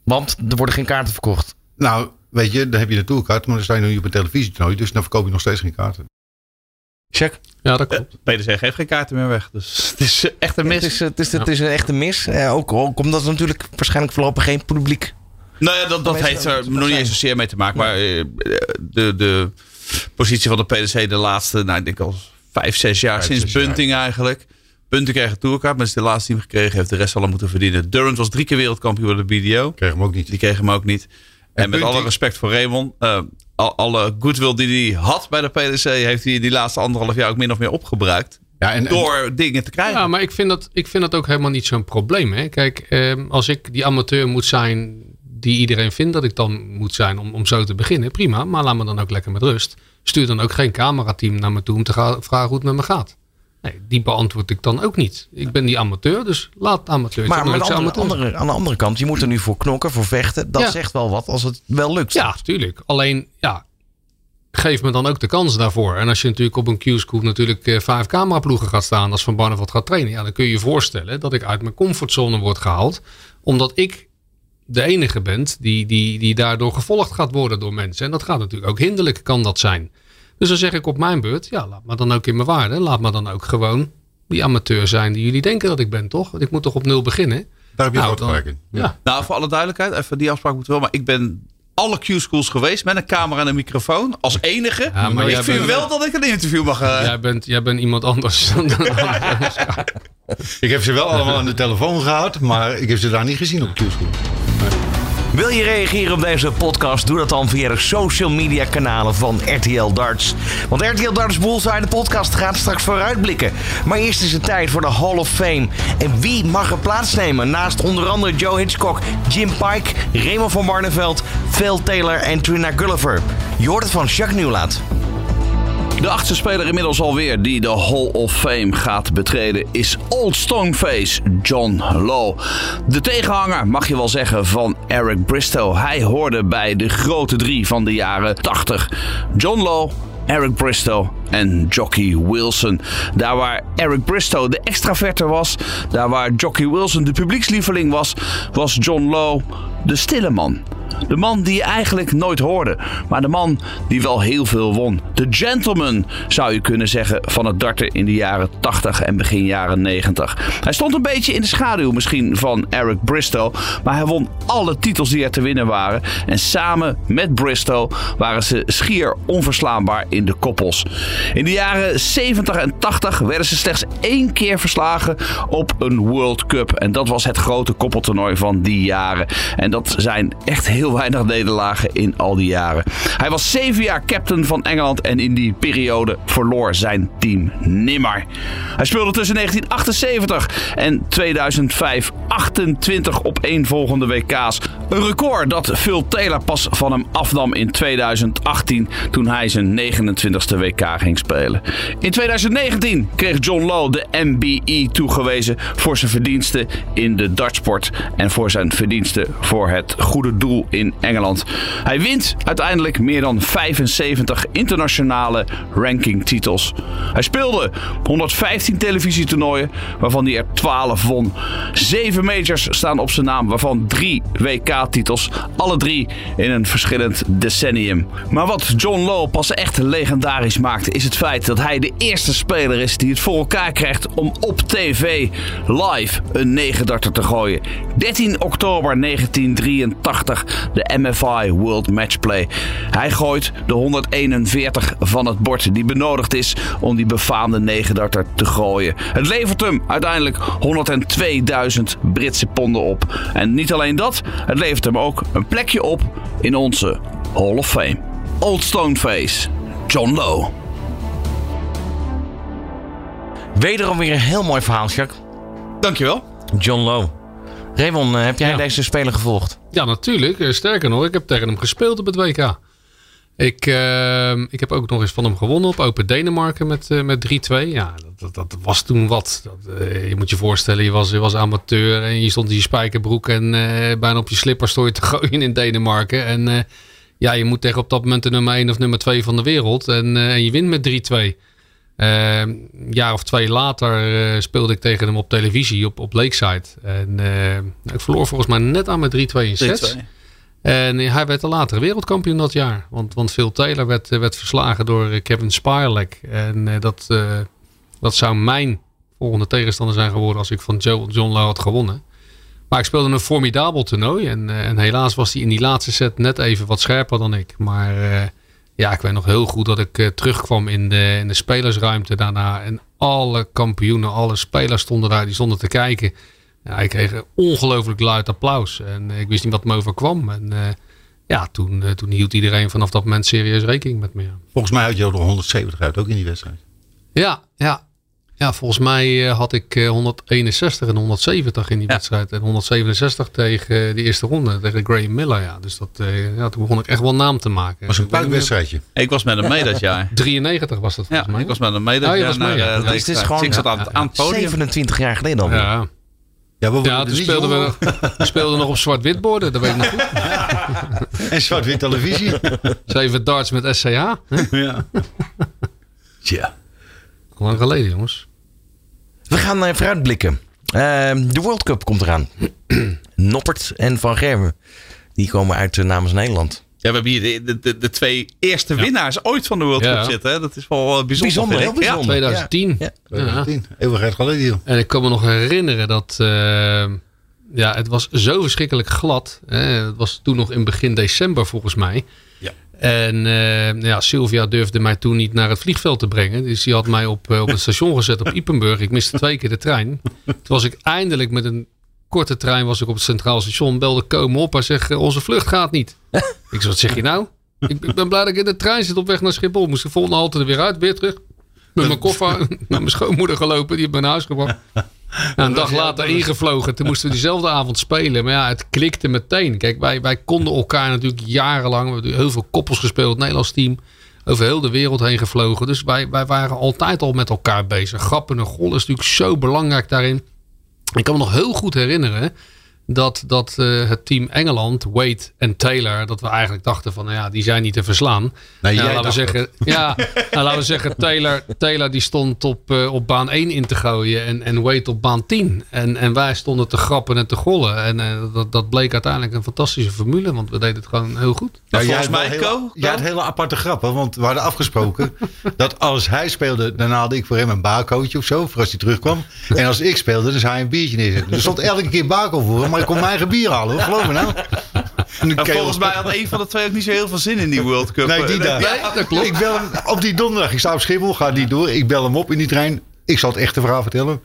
Want er worden geen kaarten verkocht. Nou, weet je, dan heb je de tourkaart, maar dan sta je nu op een televisietoernooi, dus dan verkoop je nog steeds geen kaarten. Check. Ja, dat klopt. PDC geeft geen kaarten meer weg. Dus het is echt een mis. Het is een echte mis. Ook omdat er natuurlijk waarschijnlijk voorlopig geen publiek... Nou ja, dat heeft er nog niet eens zozeer mee te maken. Maar de positie van de PDC de laatste, ik denk al 5-6 jaar, sinds Bunting eigenlijk. Bunting kreeg een tourkaart, maar is de laatste die hem gekregen heeft. De rest al moeten verdienen. Durant was 3 keer wereldkampioen bij de BDO. Kreeg hem ook niet. Die kreeg hem ook niet. En met Bunting, alle respect voor Raymond. Alle goodwill die hij had bij de PDC, heeft hij die laatste 1,5 jaar ook min of meer opgebruikt. Ja, door dingen te krijgen. Ja, maar ik vind dat ook helemaal niet zo'n probleem. Hè? Kijk, als ik die amateur moet zijn die iedereen vindt dat ik dan moet zijn om zo te beginnen, prima. Maar laat me dan ook lekker met rust. Stuur dan ook geen camerateam naar me toe om te vragen hoe het met me gaat. Nee, die beantwoord ik dan ook niet. Ik ben die amateur, dus laat amateurs. Maar aan de andere kant, je moet er nu voor knokken, voor vechten. Dat zegt wel wat als het wel lukt. Ja, tuurlijk. Alleen, geef me dan ook de kans daarvoor. En als je natuurlijk op een Q-school natuurlijk 5 cameraploegen gaat staan als Van Barneveld gaat trainen. Dan kun je je voorstellen dat ik uit mijn comfortzone word gehaald. Omdat ik de enige ben die daardoor gevolgd gaat worden door mensen. En dat gaat natuurlijk ook hinderlijk, kan dat zijn. Dus dan zeg ik op mijn beurt, laat me dan ook in mijn waarde. Laat me dan ook gewoon die amateur zijn die jullie denken dat ik ben, toch? Want ik moet toch op 0 beginnen? Daar heb je groot gelijk in. Ja. Nou, voor alle duidelijkheid, even die afspraak moeten wel. Maar ik ben alle Q-schools geweest met een camera en een microfoon. Als enige. Ja, maar ik vind wel dat ik een interview mag... Jij bent iemand anders dan Ik heb ze wel allemaal aan de telefoon gehad, maar ik heb ze daar niet gezien op Q-school. Wil je reageren op deze podcast? Doe dat dan via de social media kanalen van RTL Darts. Want RTL Darts Bullseye, de podcast, gaat straks vooruitblikken. Maar eerst is het tijd voor de Hall of Fame. En wie mag er plaatsnemen? Naast onder andere Joe Hitchcock, Jim Pike, Raymond van Barneveld, Phil Taylor en Trina Gulliver. Je hoort het van Jacques Nieuwlaat. De 8e speler inmiddels alweer die de Hall of Fame gaat betreden is Old Stoneface John Lowe. De tegenhanger, mag je wel zeggen, van Eric Bristow. Hij hoorde bij de grote 3 van de jaren 80. John Lowe, Eric Bristow en Jockey Wilson. Daar waar Eric Bristow de extraverte was, daar waar Jockey Wilson de publiekslieveling was John Lowe de stille man. De man die je eigenlijk nooit hoorde. Maar de man die wel heel veel won. De gentleman, zou je kunnen zeggen, van het darten in de jaren 80 en begin jaren 90. Hij stond een beetje in de schaduw misschien van Eric Bristow. Maar hij won alle titels die er te winnen waren. En samen met Bristow waren ze schier onverslaanbaar in de koppels. In de jaren 70 en 80 werden ze slechts 1 keer verslagen op een World Cup. En dat was het grote koppeltoernooi van die jaren. En dat zijn echt heel weinig nederlagen in al die jaren. Hij was 7 jaar captain van Engeland en in die periode verloor zijn team nimmer. Hij speelde tussen 1978 en 2005 28 opeenvolgende WK's. Een record dat Phil Taylor pas van hem afnam in 2018 toen hij zijn 29e WK ging spelen. In 2019 kreeg John Lowe de MBE toegewezen voor zijn verdiensten in de dartsport en voor zijn verdiensten voor het goede doel in Engeland. Hij wint uiteindelijk meer dan 75 internationale rankingtitels. Hij speelde 115 televisietoernooien, waarvan hij er 12 won. 7 majors staan op zijn naam, waarvan 3 WK-titels. Alle 3 in een verschillend decennium. Maar wat John Lowe pas echt legendarisch maakt, is het feit dat hij de eerste speler is die het voor elkaar krijgt om op tv live een 9-darter te gooien. 13 oktober 1983, de MFI World Matchplay. Hij gooit de 141 van het bord die benodigd is om die befaamde 9-darter te gooien. Het levert hem uiteindelijk 102.000 Britse ponden op. En niet alleen dat, het levert hem ook een plekje op in onze Hall of Fame. Old Stoneface, John Lowe. Wederom weer een heel mooi verhaal, Jacques. Dankjewel. John Lowe. Raymond, heb jij deze speler gevolgd? Ja, natuurlijk. Sterker nog, ik heb tegen hem gespeeld op het WK. Ik heb ook nog eens van hem gewonnen op Open Denemarken met 3-2. Ja, dat was toen wat. Je moet je voorstellen, je was amateur en je stond in je spijkerbroek en bijna op je slipper stond je te gooien in Denemarken. En je moet tegen op dat moment de nummer 1 of nummer 2 van de wereld. En je wint met 3-2. Een jaar of 2 later speelde ik tegen hem op televisie op Lakeside. En ik verloor volgens mij net aan met 3-2 in sets. 3-2. En hij werd de latere wereldkampioen dat jaar. Want Phil Taylor werd verslagen door Kevin Spirlek. En dat zou mijn volgende tegenstander zijn geworden als ik van John Lowe had gewonnen. Maar ik speelde een formidabel toernooi. En helaas was hij in die laatste set net even wat scherper dan ik. Maar ik weet nog heel goed dat ik terugkwam in de spelersruimte daarna. En alle kampioenen, alle spelers stonden daar. Die stonden te kijken. Ja, ik kreeg een ongelooflijk luid applaus. En ik wist niet wat me overkwam. En toen hield iedereen vanaf dat moment serieus rekening met me. Volgens mij had je er 170 uit, ook in die wedstrijd. Ja, volgens mij had ik 161 en 170 in die wedstrijd. En 167 tegen de eerste ronde, tegen Graham Miller. Ja. Dus toen begon ik echt wel naam te maken. Was een puikwedstrijdje. Ik was met hem mee dat jaar. 93 was dat volgens mij. Ik was met hem mee dat jaar. Dus het is gewoon ik zat aan het podium. 27 jaar geleden al. Ja, toen speelden we nog op zwart-wit-borden. Dat weet ik nog goed. En zwart-wit televisie. 7 darts met SCH. Ja. Lang geleden, jongens. We gaan vooruitblikken. De World Cup komt eraan. Noppert en Van Gerwen. Die komen uit namens Nederland. Ja, we hebben hier de 2 eerste winnaars ooit van de World Cup zitten. Hè? Dat is wel bijzonder. Heel bijzonder. 2010. Ja. 2010. Eeuwigheid geleden. En ik kan me nog herinneren dat... het was zo verschrikkelijk glad. Het was toen nog in begin december volgens mij. Ja. En Sylvia durfde mij toen niet naar het vliegveld te brengen. Dus die had mij op het station gezet op Ypenburg. Ik miste 2 keer de trein. Toen was ik eindelijk met een korte trein was ik op het Centraal Station. Belde komen op. Hij zegt, onze vlucht gaat niet. Ik zei, wat zeg je nou? Ik ben blij dat ik in de trein zit op weg naar Schiphol. Moest de volgende halte er weer uit. Weer terug. Met mijn koffer naar mijn schoonmoeder gelopen. Die heeft me naar huis gebracht. Een dag later ingevlogen. Toen moesten we diezelfde avond spelen. Maar ja, het klikte meteen. Kijk, wij konden elkaar natuurlijk jarenlang. We hebben heel veel koppels gespeeld. Het Nederlands team. Over heel de wereld heen gevlogen. Dus wij waren altijd al met elkaar bezig. Grappen en gol is natuurlijk zo belangrijk daarin. Ik kan me nog heel goed herinneren dat het team Engeland, Wade en Taylor, dat we eigenlijk dachten van, die zijn niet te verslaan. Nee, laten we zeggen, Taylor die stond op baan 1 in te gooien en Wade op baan 10. En wij stonden te grappen en te gollen. En dat bleek uiteindelijk een fantastische formule, want we deden het gewoon heel goed. Nou, volgens mij, jij had hele aparte grappen, want we hadden afgesproken dat als hij speelde, dan haalde ik voor hem een barcootje of zo, voor als hij terugkwam. En als ik speelde, dan zou hij een biertje neerzetten. Er stond elke keer barco voor hem, maar ik kon mijn eigen bier halen, hoor. Geloof me nou. Volgens mij had een van de 2 ook niet zo heel veel zin in die World Cup. Nee, die dag. Ja, dat klopt. Ik bel hem op die donderdag. Ik sta op Schiphol, gaat niet door. Ik bel hem op in die trein. Ik zal het echte verhaal vertellen.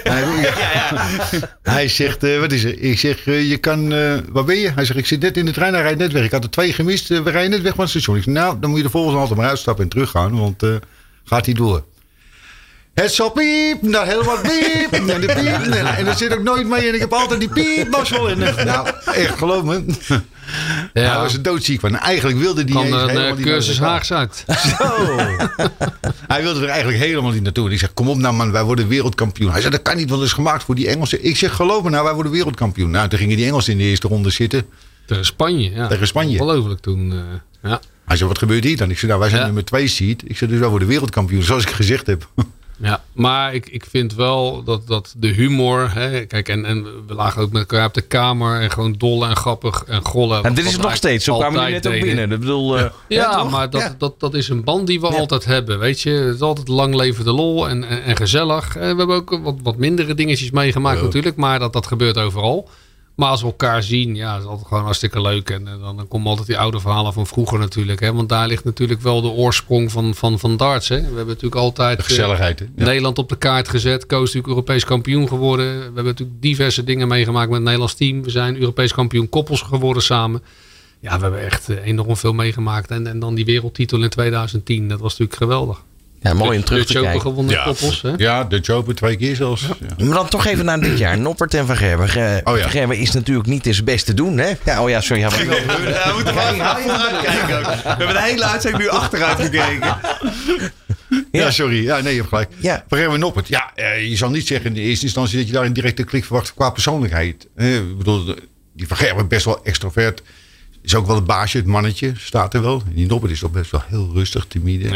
Hij zegt, wat is er? Ik zeg, je kan, waar ben je? Hij zegt, ik zit net in de trein, hij rijdt net weg. Ik had er 2 gemist, we rijden net weg van het station. Ik zeg, nou, dan moet je de volgende altijd maar uitstappen en teruggaan, want gaat hij door. Het zal piep, dan heel wat piep, en de piep, en daar zit ook nooit mee. En ik heb altijd die piepmazzel in. Nou, echt, geloof me. Ja. Hij was er doodziek van. Eigenlijk wilde hij helemaal niet cursus Haags uit. Zo. Hij wilde er eigenlijk helemaal niet naartoe. En ik zeg, kom op nou man, wij worden wereldkampioen. Hij zei, dat kan niet, want dat is gemaakt voor die Engelsen. Ik zeg, geloof me nou, wij worden wereldkampioen. Nou, toen gingen die Engelsen in de eerste ronde zitten. Tegen Spanje, ja. Tegen Spanje. Ongelooflijk toen, ja. Hij zei, wat gebeurt hier dan? Ik zei, nou, wij zijn nummer 2 seed. Ik zei, dus wij worden wereldkampioen, zoals ik gezegd heb. Ja, maar ik vind wel dat de humor... Hè, kijk, en we lagen ook met elkaar op de kamer... en gewoon dollen en grappig en gollen. En dit is het nog steeds. Zo kwamen jullie net ook binnen. Ik bedoel, maar dat is een band die we altijd hebben. Weet je, het is altijd lang leven de lol en gezellig. We hebben ook wat mindere dingetjes meegemaakt natuurlijk... maar dat gebeurt overal. Maar als we elkaar zien, ja, dat is altijd gewoon hartstikke leuk. En dan komen altijd die oude verhalen van vroeger natuurlijk. Hè? Want daar ligt natuurlijk wel de oorsprong van darts. Hè? We hebben natuurlijk altijd gezelligheid, Nederland op de kaart gezet. Koos natuurlijk Europees kampioen geworden. We hebben natuurlijk diverse dingen meegemaakt met het Nederlands team. We zijn Europees kampioen koppels geworden samen. Ja, we hebben echt enorm veel meegemaakt. En dan die wereldtitel in 2010. Dat was natuurlijk geweldig. Ja, mooi om terug te kijken. Gewonnen koppels, hè? Ja, de Open 2 keer zelfs. Ja. Maar dan toch even naar dit jaar. Noppert en Van Gerwen. Van Gerwen is natuurlijk niet zijn best te doen, hè? Ja, sorry. We moeten wel even achteruit kijken ook. We hebben de hele uitzending nu achteruit gekeken. Ja, sorry. Ja, nee, je hebt gelijk. Ja. Van Gerwen en Noppert. Ja, je zal niet zeggen in de eerste instantie dat je daar een directe klik verwacht qua persoonlijkheid. Ik bedoel, die Van Gerwen best wel extrovert. Is ook wel het baasje, het mannetje. Staat er wel. Die Noppert is toch best wel heel rustig, timide. Ja.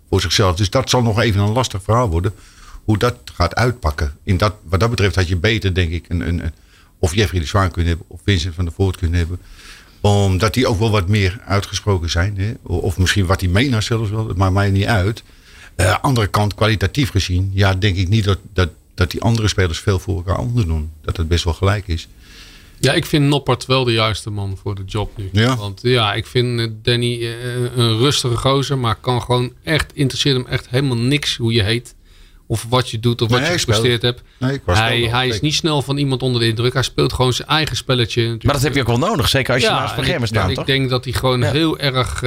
voor zichzelf. Dus dat zal nog even een lastig verhaal worden. Hoe dat gaat uitpakken. Wat dat betreft had je beter, denk ik, of Jeffrey de Zwaan kunnen hebben. Of Vincent van der Voort kunnen hebben. Omdat die ook wel wat meer uitgesproken zijn. Hè? Of misschien wat die meenaar zelfs wel. Het maakt mij niet uit. Andere kant, kwalitatief gezien. Ja, denk ik niet dat die andere spelers veel voor elkaar anders doen. Dat het best wel gelijk is. Ja, ik vind Noppert wel de juiste man voor de job nu. Ja? Want ja, ik vind Danny een rustige gozer. Maar kan gewoon echt, interesseert hem echt helemaal niks hoe je heet. Of wat je doet of wat je gepresteerd hebt. Nee, hij is niet snel van iemand onder de indruk. Hij speelt gewoon zijn eigen spelletje. Natuurlijk. Maar dat heb je ook wel nodig. Zeker als je naast Van Gerwen staat, toch? Ik denk dat hij gewoon heel erg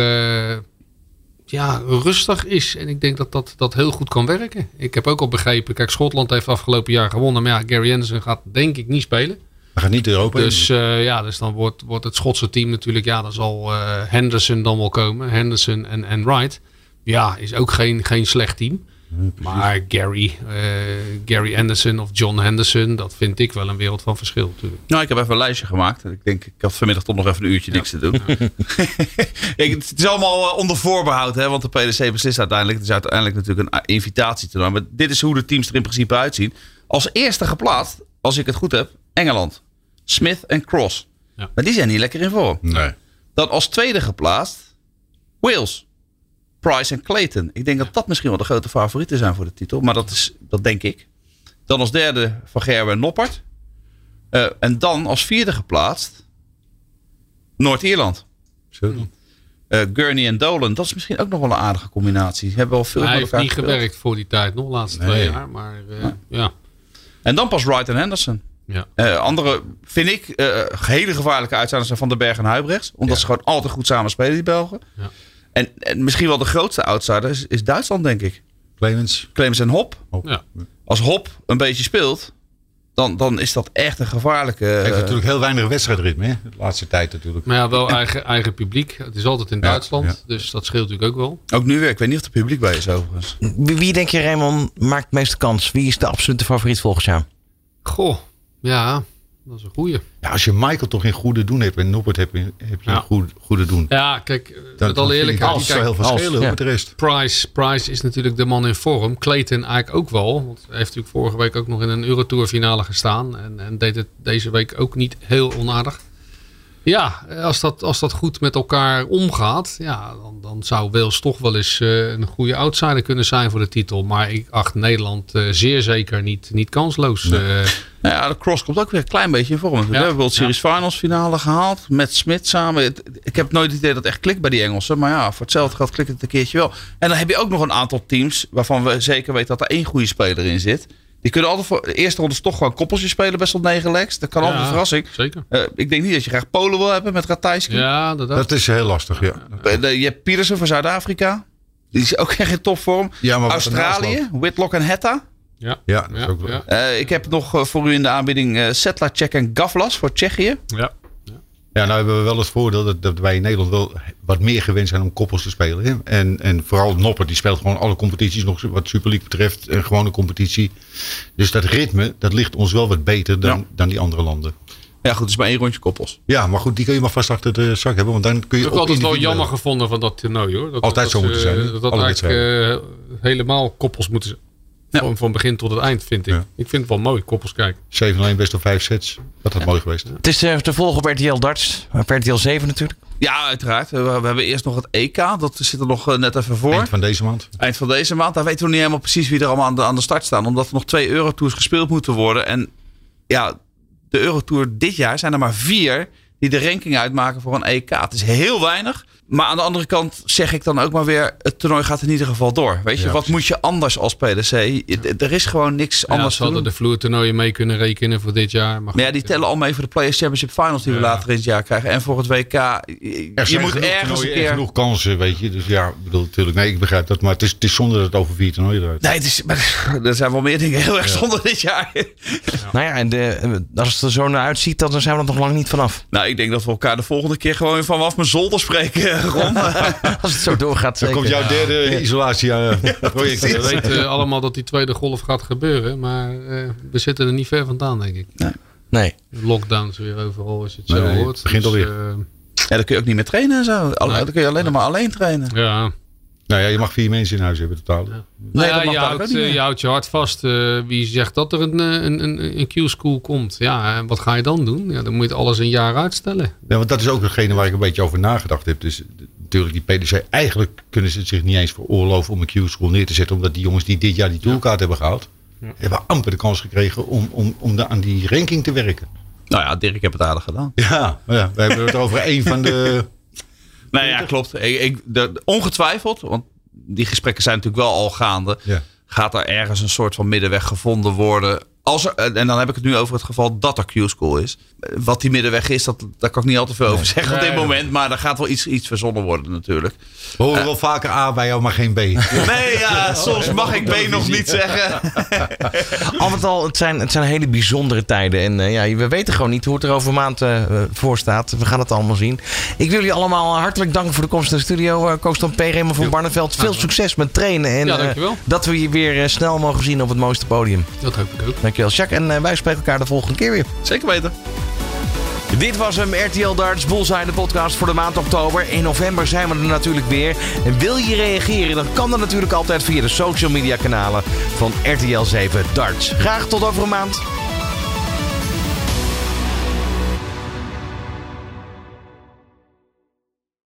rustig is. En ik denk dat heel goed kan werken. Ik heb ook al begrepen. Kijk, Schotland heeft afgelopen jaar gewonnen. Maar ja, Gary Anderson gaat denk ik niet spelen. Hij gaat niet Europa in. Dus dan wordt het Schotse team natuurlijk... Ja, dan zal Henderson dan wel komen. Henderson en Wright. Ja, is ook geen slecht team. Maar Gary Anderson of John Henderson, dat vind ik wel een wereld van verschil natuurlijk. Nou, ik heb even een lijstje gemaakt. Ik had vanmiddag toch nog even een uurtje niks te doen. Het is allemaal onder voorbehoud, hè, want de PDC beslist uiteindelijk. Het is uiteindelijk natuurlijk een invitatie te doen. Maar dit is hoe de teams er in principe uitzien. Als eerste geplaatst, als ik het goed heb, Engeland. Smith en Cross. Ja. Maar die zijn niet lekker in vorm. Nee. Dan als tweede geplaatst, Wales. Price en Clayton. Ik denk dat dat misschien wel de grote favorieten zijn voor de titel. Maar dat denk ik. Dan als derde Van Gerwen en Noppert. En dan als vierde geplaatst Noord-Ierland. Gurney en Dolan. Dat is misschien ook nog wel een aardige combinatie. Hebben wel veel hij met heeft elkaar niet gespeeld. gewerkt voor die tijd. Nog de laatste 2 jaar. Maar ja. En dan pas Wright en Henderson. Ja. Andere, vind ik, hele gevaarlijke uitzenders zijn Van den Berg en Huybrechts. Omdat ze gewoon altijd goed samen spelen, die Belgen. Ja. En misschien wel de grootste outsider is Duitsland, denk ik. Clemens en Hop. Ja. Als Hop een beetje speelt, dan is dat echt een gevaarlijke... Hij heeft natuurlijk heel weinig wedstrijdritme, hè? De laatste tijd natuurlijk. Maar ja, wel eigen publiek. Het is altijd in Duitsland, ja. Dus dat scheelt natuurlijk ook wel. Ook nu weer. Ik weet niet of er publiek bij is overigens. Wie denk je, Raymond, maakt het meeste kans? Wie is de absolute favoriet volgens jou? Goh, ja, dat is een goeie. Ja, als je Michael toch in goede doen hebt en Noppert heb je een goede doen. Ja, kijk, met alle eerlijkheid. Als heel veel schelen met de rest. Price is natuurlijk de man in vorm. Clayton eigenlijk ook wel. Want hij heeft natuurlijk vorige week ook nog in een Eurotour finale gestaan. En deed het deze week ook niet heel onaardig. Ja, als dat goed met elkaar omgaat, ja, dan zou Wales toch wel eens een goede outsider kunnen zijn voor de titel. Maar ik acht Nederland zeer zeker niet kansloos. Nee. Nou ja, de Cross komt ook weer een klein beetje in vorm. We hebben World Series Finals finale gehaald. Met Smith samen. Ik heb nooit het idee dat het echt klikt bij die Engelsen. Maar ja, voor hetzelfde geld klikt het een keertje wel. En dan heb je ook nog een aantal teams waarvan we zeker weten dat er 1 goede speler in zit. Die kunnen altijd voor de eerste ronde toch gewoon koppeltjes spelen. Best wel 9 legs. Dat kan altijd een verrassing. Zeker. Ik denk niet dat je graag Polen wil hebben met Ratajski. Ja, dat is heel lastig, ja. Je hebt Pietersen van Zuid-Afrika. Die is ook echt in topvorm. Ja, maar Australië, Whitlock en Hetta. Ja, dat is ook wel. Ik heb nog voor u in de aanbieding Sedlacek en Gavlas voor Tsjechië. Ja, nou hebben we wel het voordeel dat wij in Nederland wel wat meer gewend zijn om koppels te spelen. Hè? En vooral Noppert, die speelt gewoon alle competities nog wat Super League betreft. En gewone competitie. Dus dat ritme, dat ligt ons wel wat beter dan die andere landen. Ja goed, dus maar 1 rondje koppels. Ja, maar goed, die kun je maar vast achter de zak hebben. Want dan kun je ik heb altijd wel jammer gevonden van dat toernooi, hoor. Altijd zo moeten zijn. Dat eigenlijk helemaal koppels moeten zijn. Ja. Van begin tot het eind, vind ik. Ja. Ik vind het wel mooi, koppels kijken. 7-1 best of 5 sets. Dat had mooi geweest. Het is te volgen op RTL Darts. Op RTL 7 natuurlijk. Ja, uiteraard. We hebben eerst nog het EK. Dat zit er nog net even voor. Eind van deze maand. Daar weten we nog niet helemaal precies wie er allemaal aan de start staan. Omdat er nog 2 Eurotours gespeeld moeten worden. En ja, de Eurotour dit jaar zijn er maar 4 die de ranking uitmaken voor een EK. Het is heel weinig. Maar aan de andere kant zeg ik dan ook maar weer, het toernooi gaat in ieder geval door. Weet je, wat moet je anders als PDC? Er is gewoon niks anders te doen. Ze hadden de vloertoernooien mee kunnen rekenen voor dit jaar. Maar ja, die tellen al mee voor de Players Championship Finals die we later in het jaar krijgen. En voor het WK. Je moet ergens een keer... genoeg kansen, weet je. Dus ja, bedoel, natuurlijk. Nee, ik begrijp dat. Maar het is zonde dat het over 4 toernooien eruit. Nee, er zijn wel meer dingen heel erg zonde dit jaar. Nou ja, en als het er zo naar uitziet, dan zijn we er nog lang niet vanaf. Nou, ik denk dat we elkaar de volgende keer gewoon vanaf mijn zolder spreken. Als het zo doorgaat. Dan komt jouw derde isolatieproject. We weten allemaal dat die tweede golf gaat gebeuren. Maar we zitten er niet ver vandaan, denk ik. Nee. Lockdowns weer overal als je het zo hoort. Het begint alweer. Ja, dan kun je ook niet meer trainen en zo. Dan kun je alleen maar alleen trainen. Ja. Nou ja, je mag 4 mensen in huis hebben totaal. Ja. Nee, dat mag je houdt je hart vast. Wie zegt dat er een Q-school komt? Ja, en wat ga je dan doen? Ja, dan moet je alles een jaar uitstellen. Ja, want dat is ook hetgene waar ik een beetje over nagedacht heb. Dus natuurlijk die PDC, eigenlijk kunnen ze zich niet eens veroorloven om een Q-school neer te zetten. Omdat die jongens die dit jaar die toolkaart hebben gehaald, hebben amper de kans gekregen om aan die ranking te werken. Nou ja, Dirk heeft het aardig gedaan. Ja, we hebben het over een van de... Nee, ja, klopt. Ongetwijfeld, want die gesprekken zijn natuurlijk wel al gaande. Ja. Gaat er ergens een soort van middenweg gevonden worden? En dan heb ik het nu over het geval dat er Q-school is. Wat die middenweg is, daar kan ik niet al te veel over zeggen op dit moment. Maar er gaat wel iets verzonnen worden natuurlijk. We horen wel vaker A bij jou, maar geen B. Nee, ja, soms mag ik B nog niet zeggen. Al met al, het zijn hele bijzondere tijden. En we weten gewoon niet hoe het er over een maand voor staat. We gaan het allemaal zien. Ik wil jullie allemaal hartelijk danken voor de komst naar de studio. Koos-Stan P. Raymond van Barneveld. Veel succes met trainen. En dankjewel. Dat we je weer snel mogen zien op het mooiste podium. Dat hoop ik ook. Dankjewel, Jacques. En wij spreken elkaar de volgende keer weer. Zeker weten. Dit was hem, RTL Darts Bullseye, de podcast voor de maand oktober. In november zijn we er natuurlijk weer. En wil je reageren, dan kan dat natuurlijk altijd via de social media kanalen van RTL 7 Darts. Graag tot over een maand.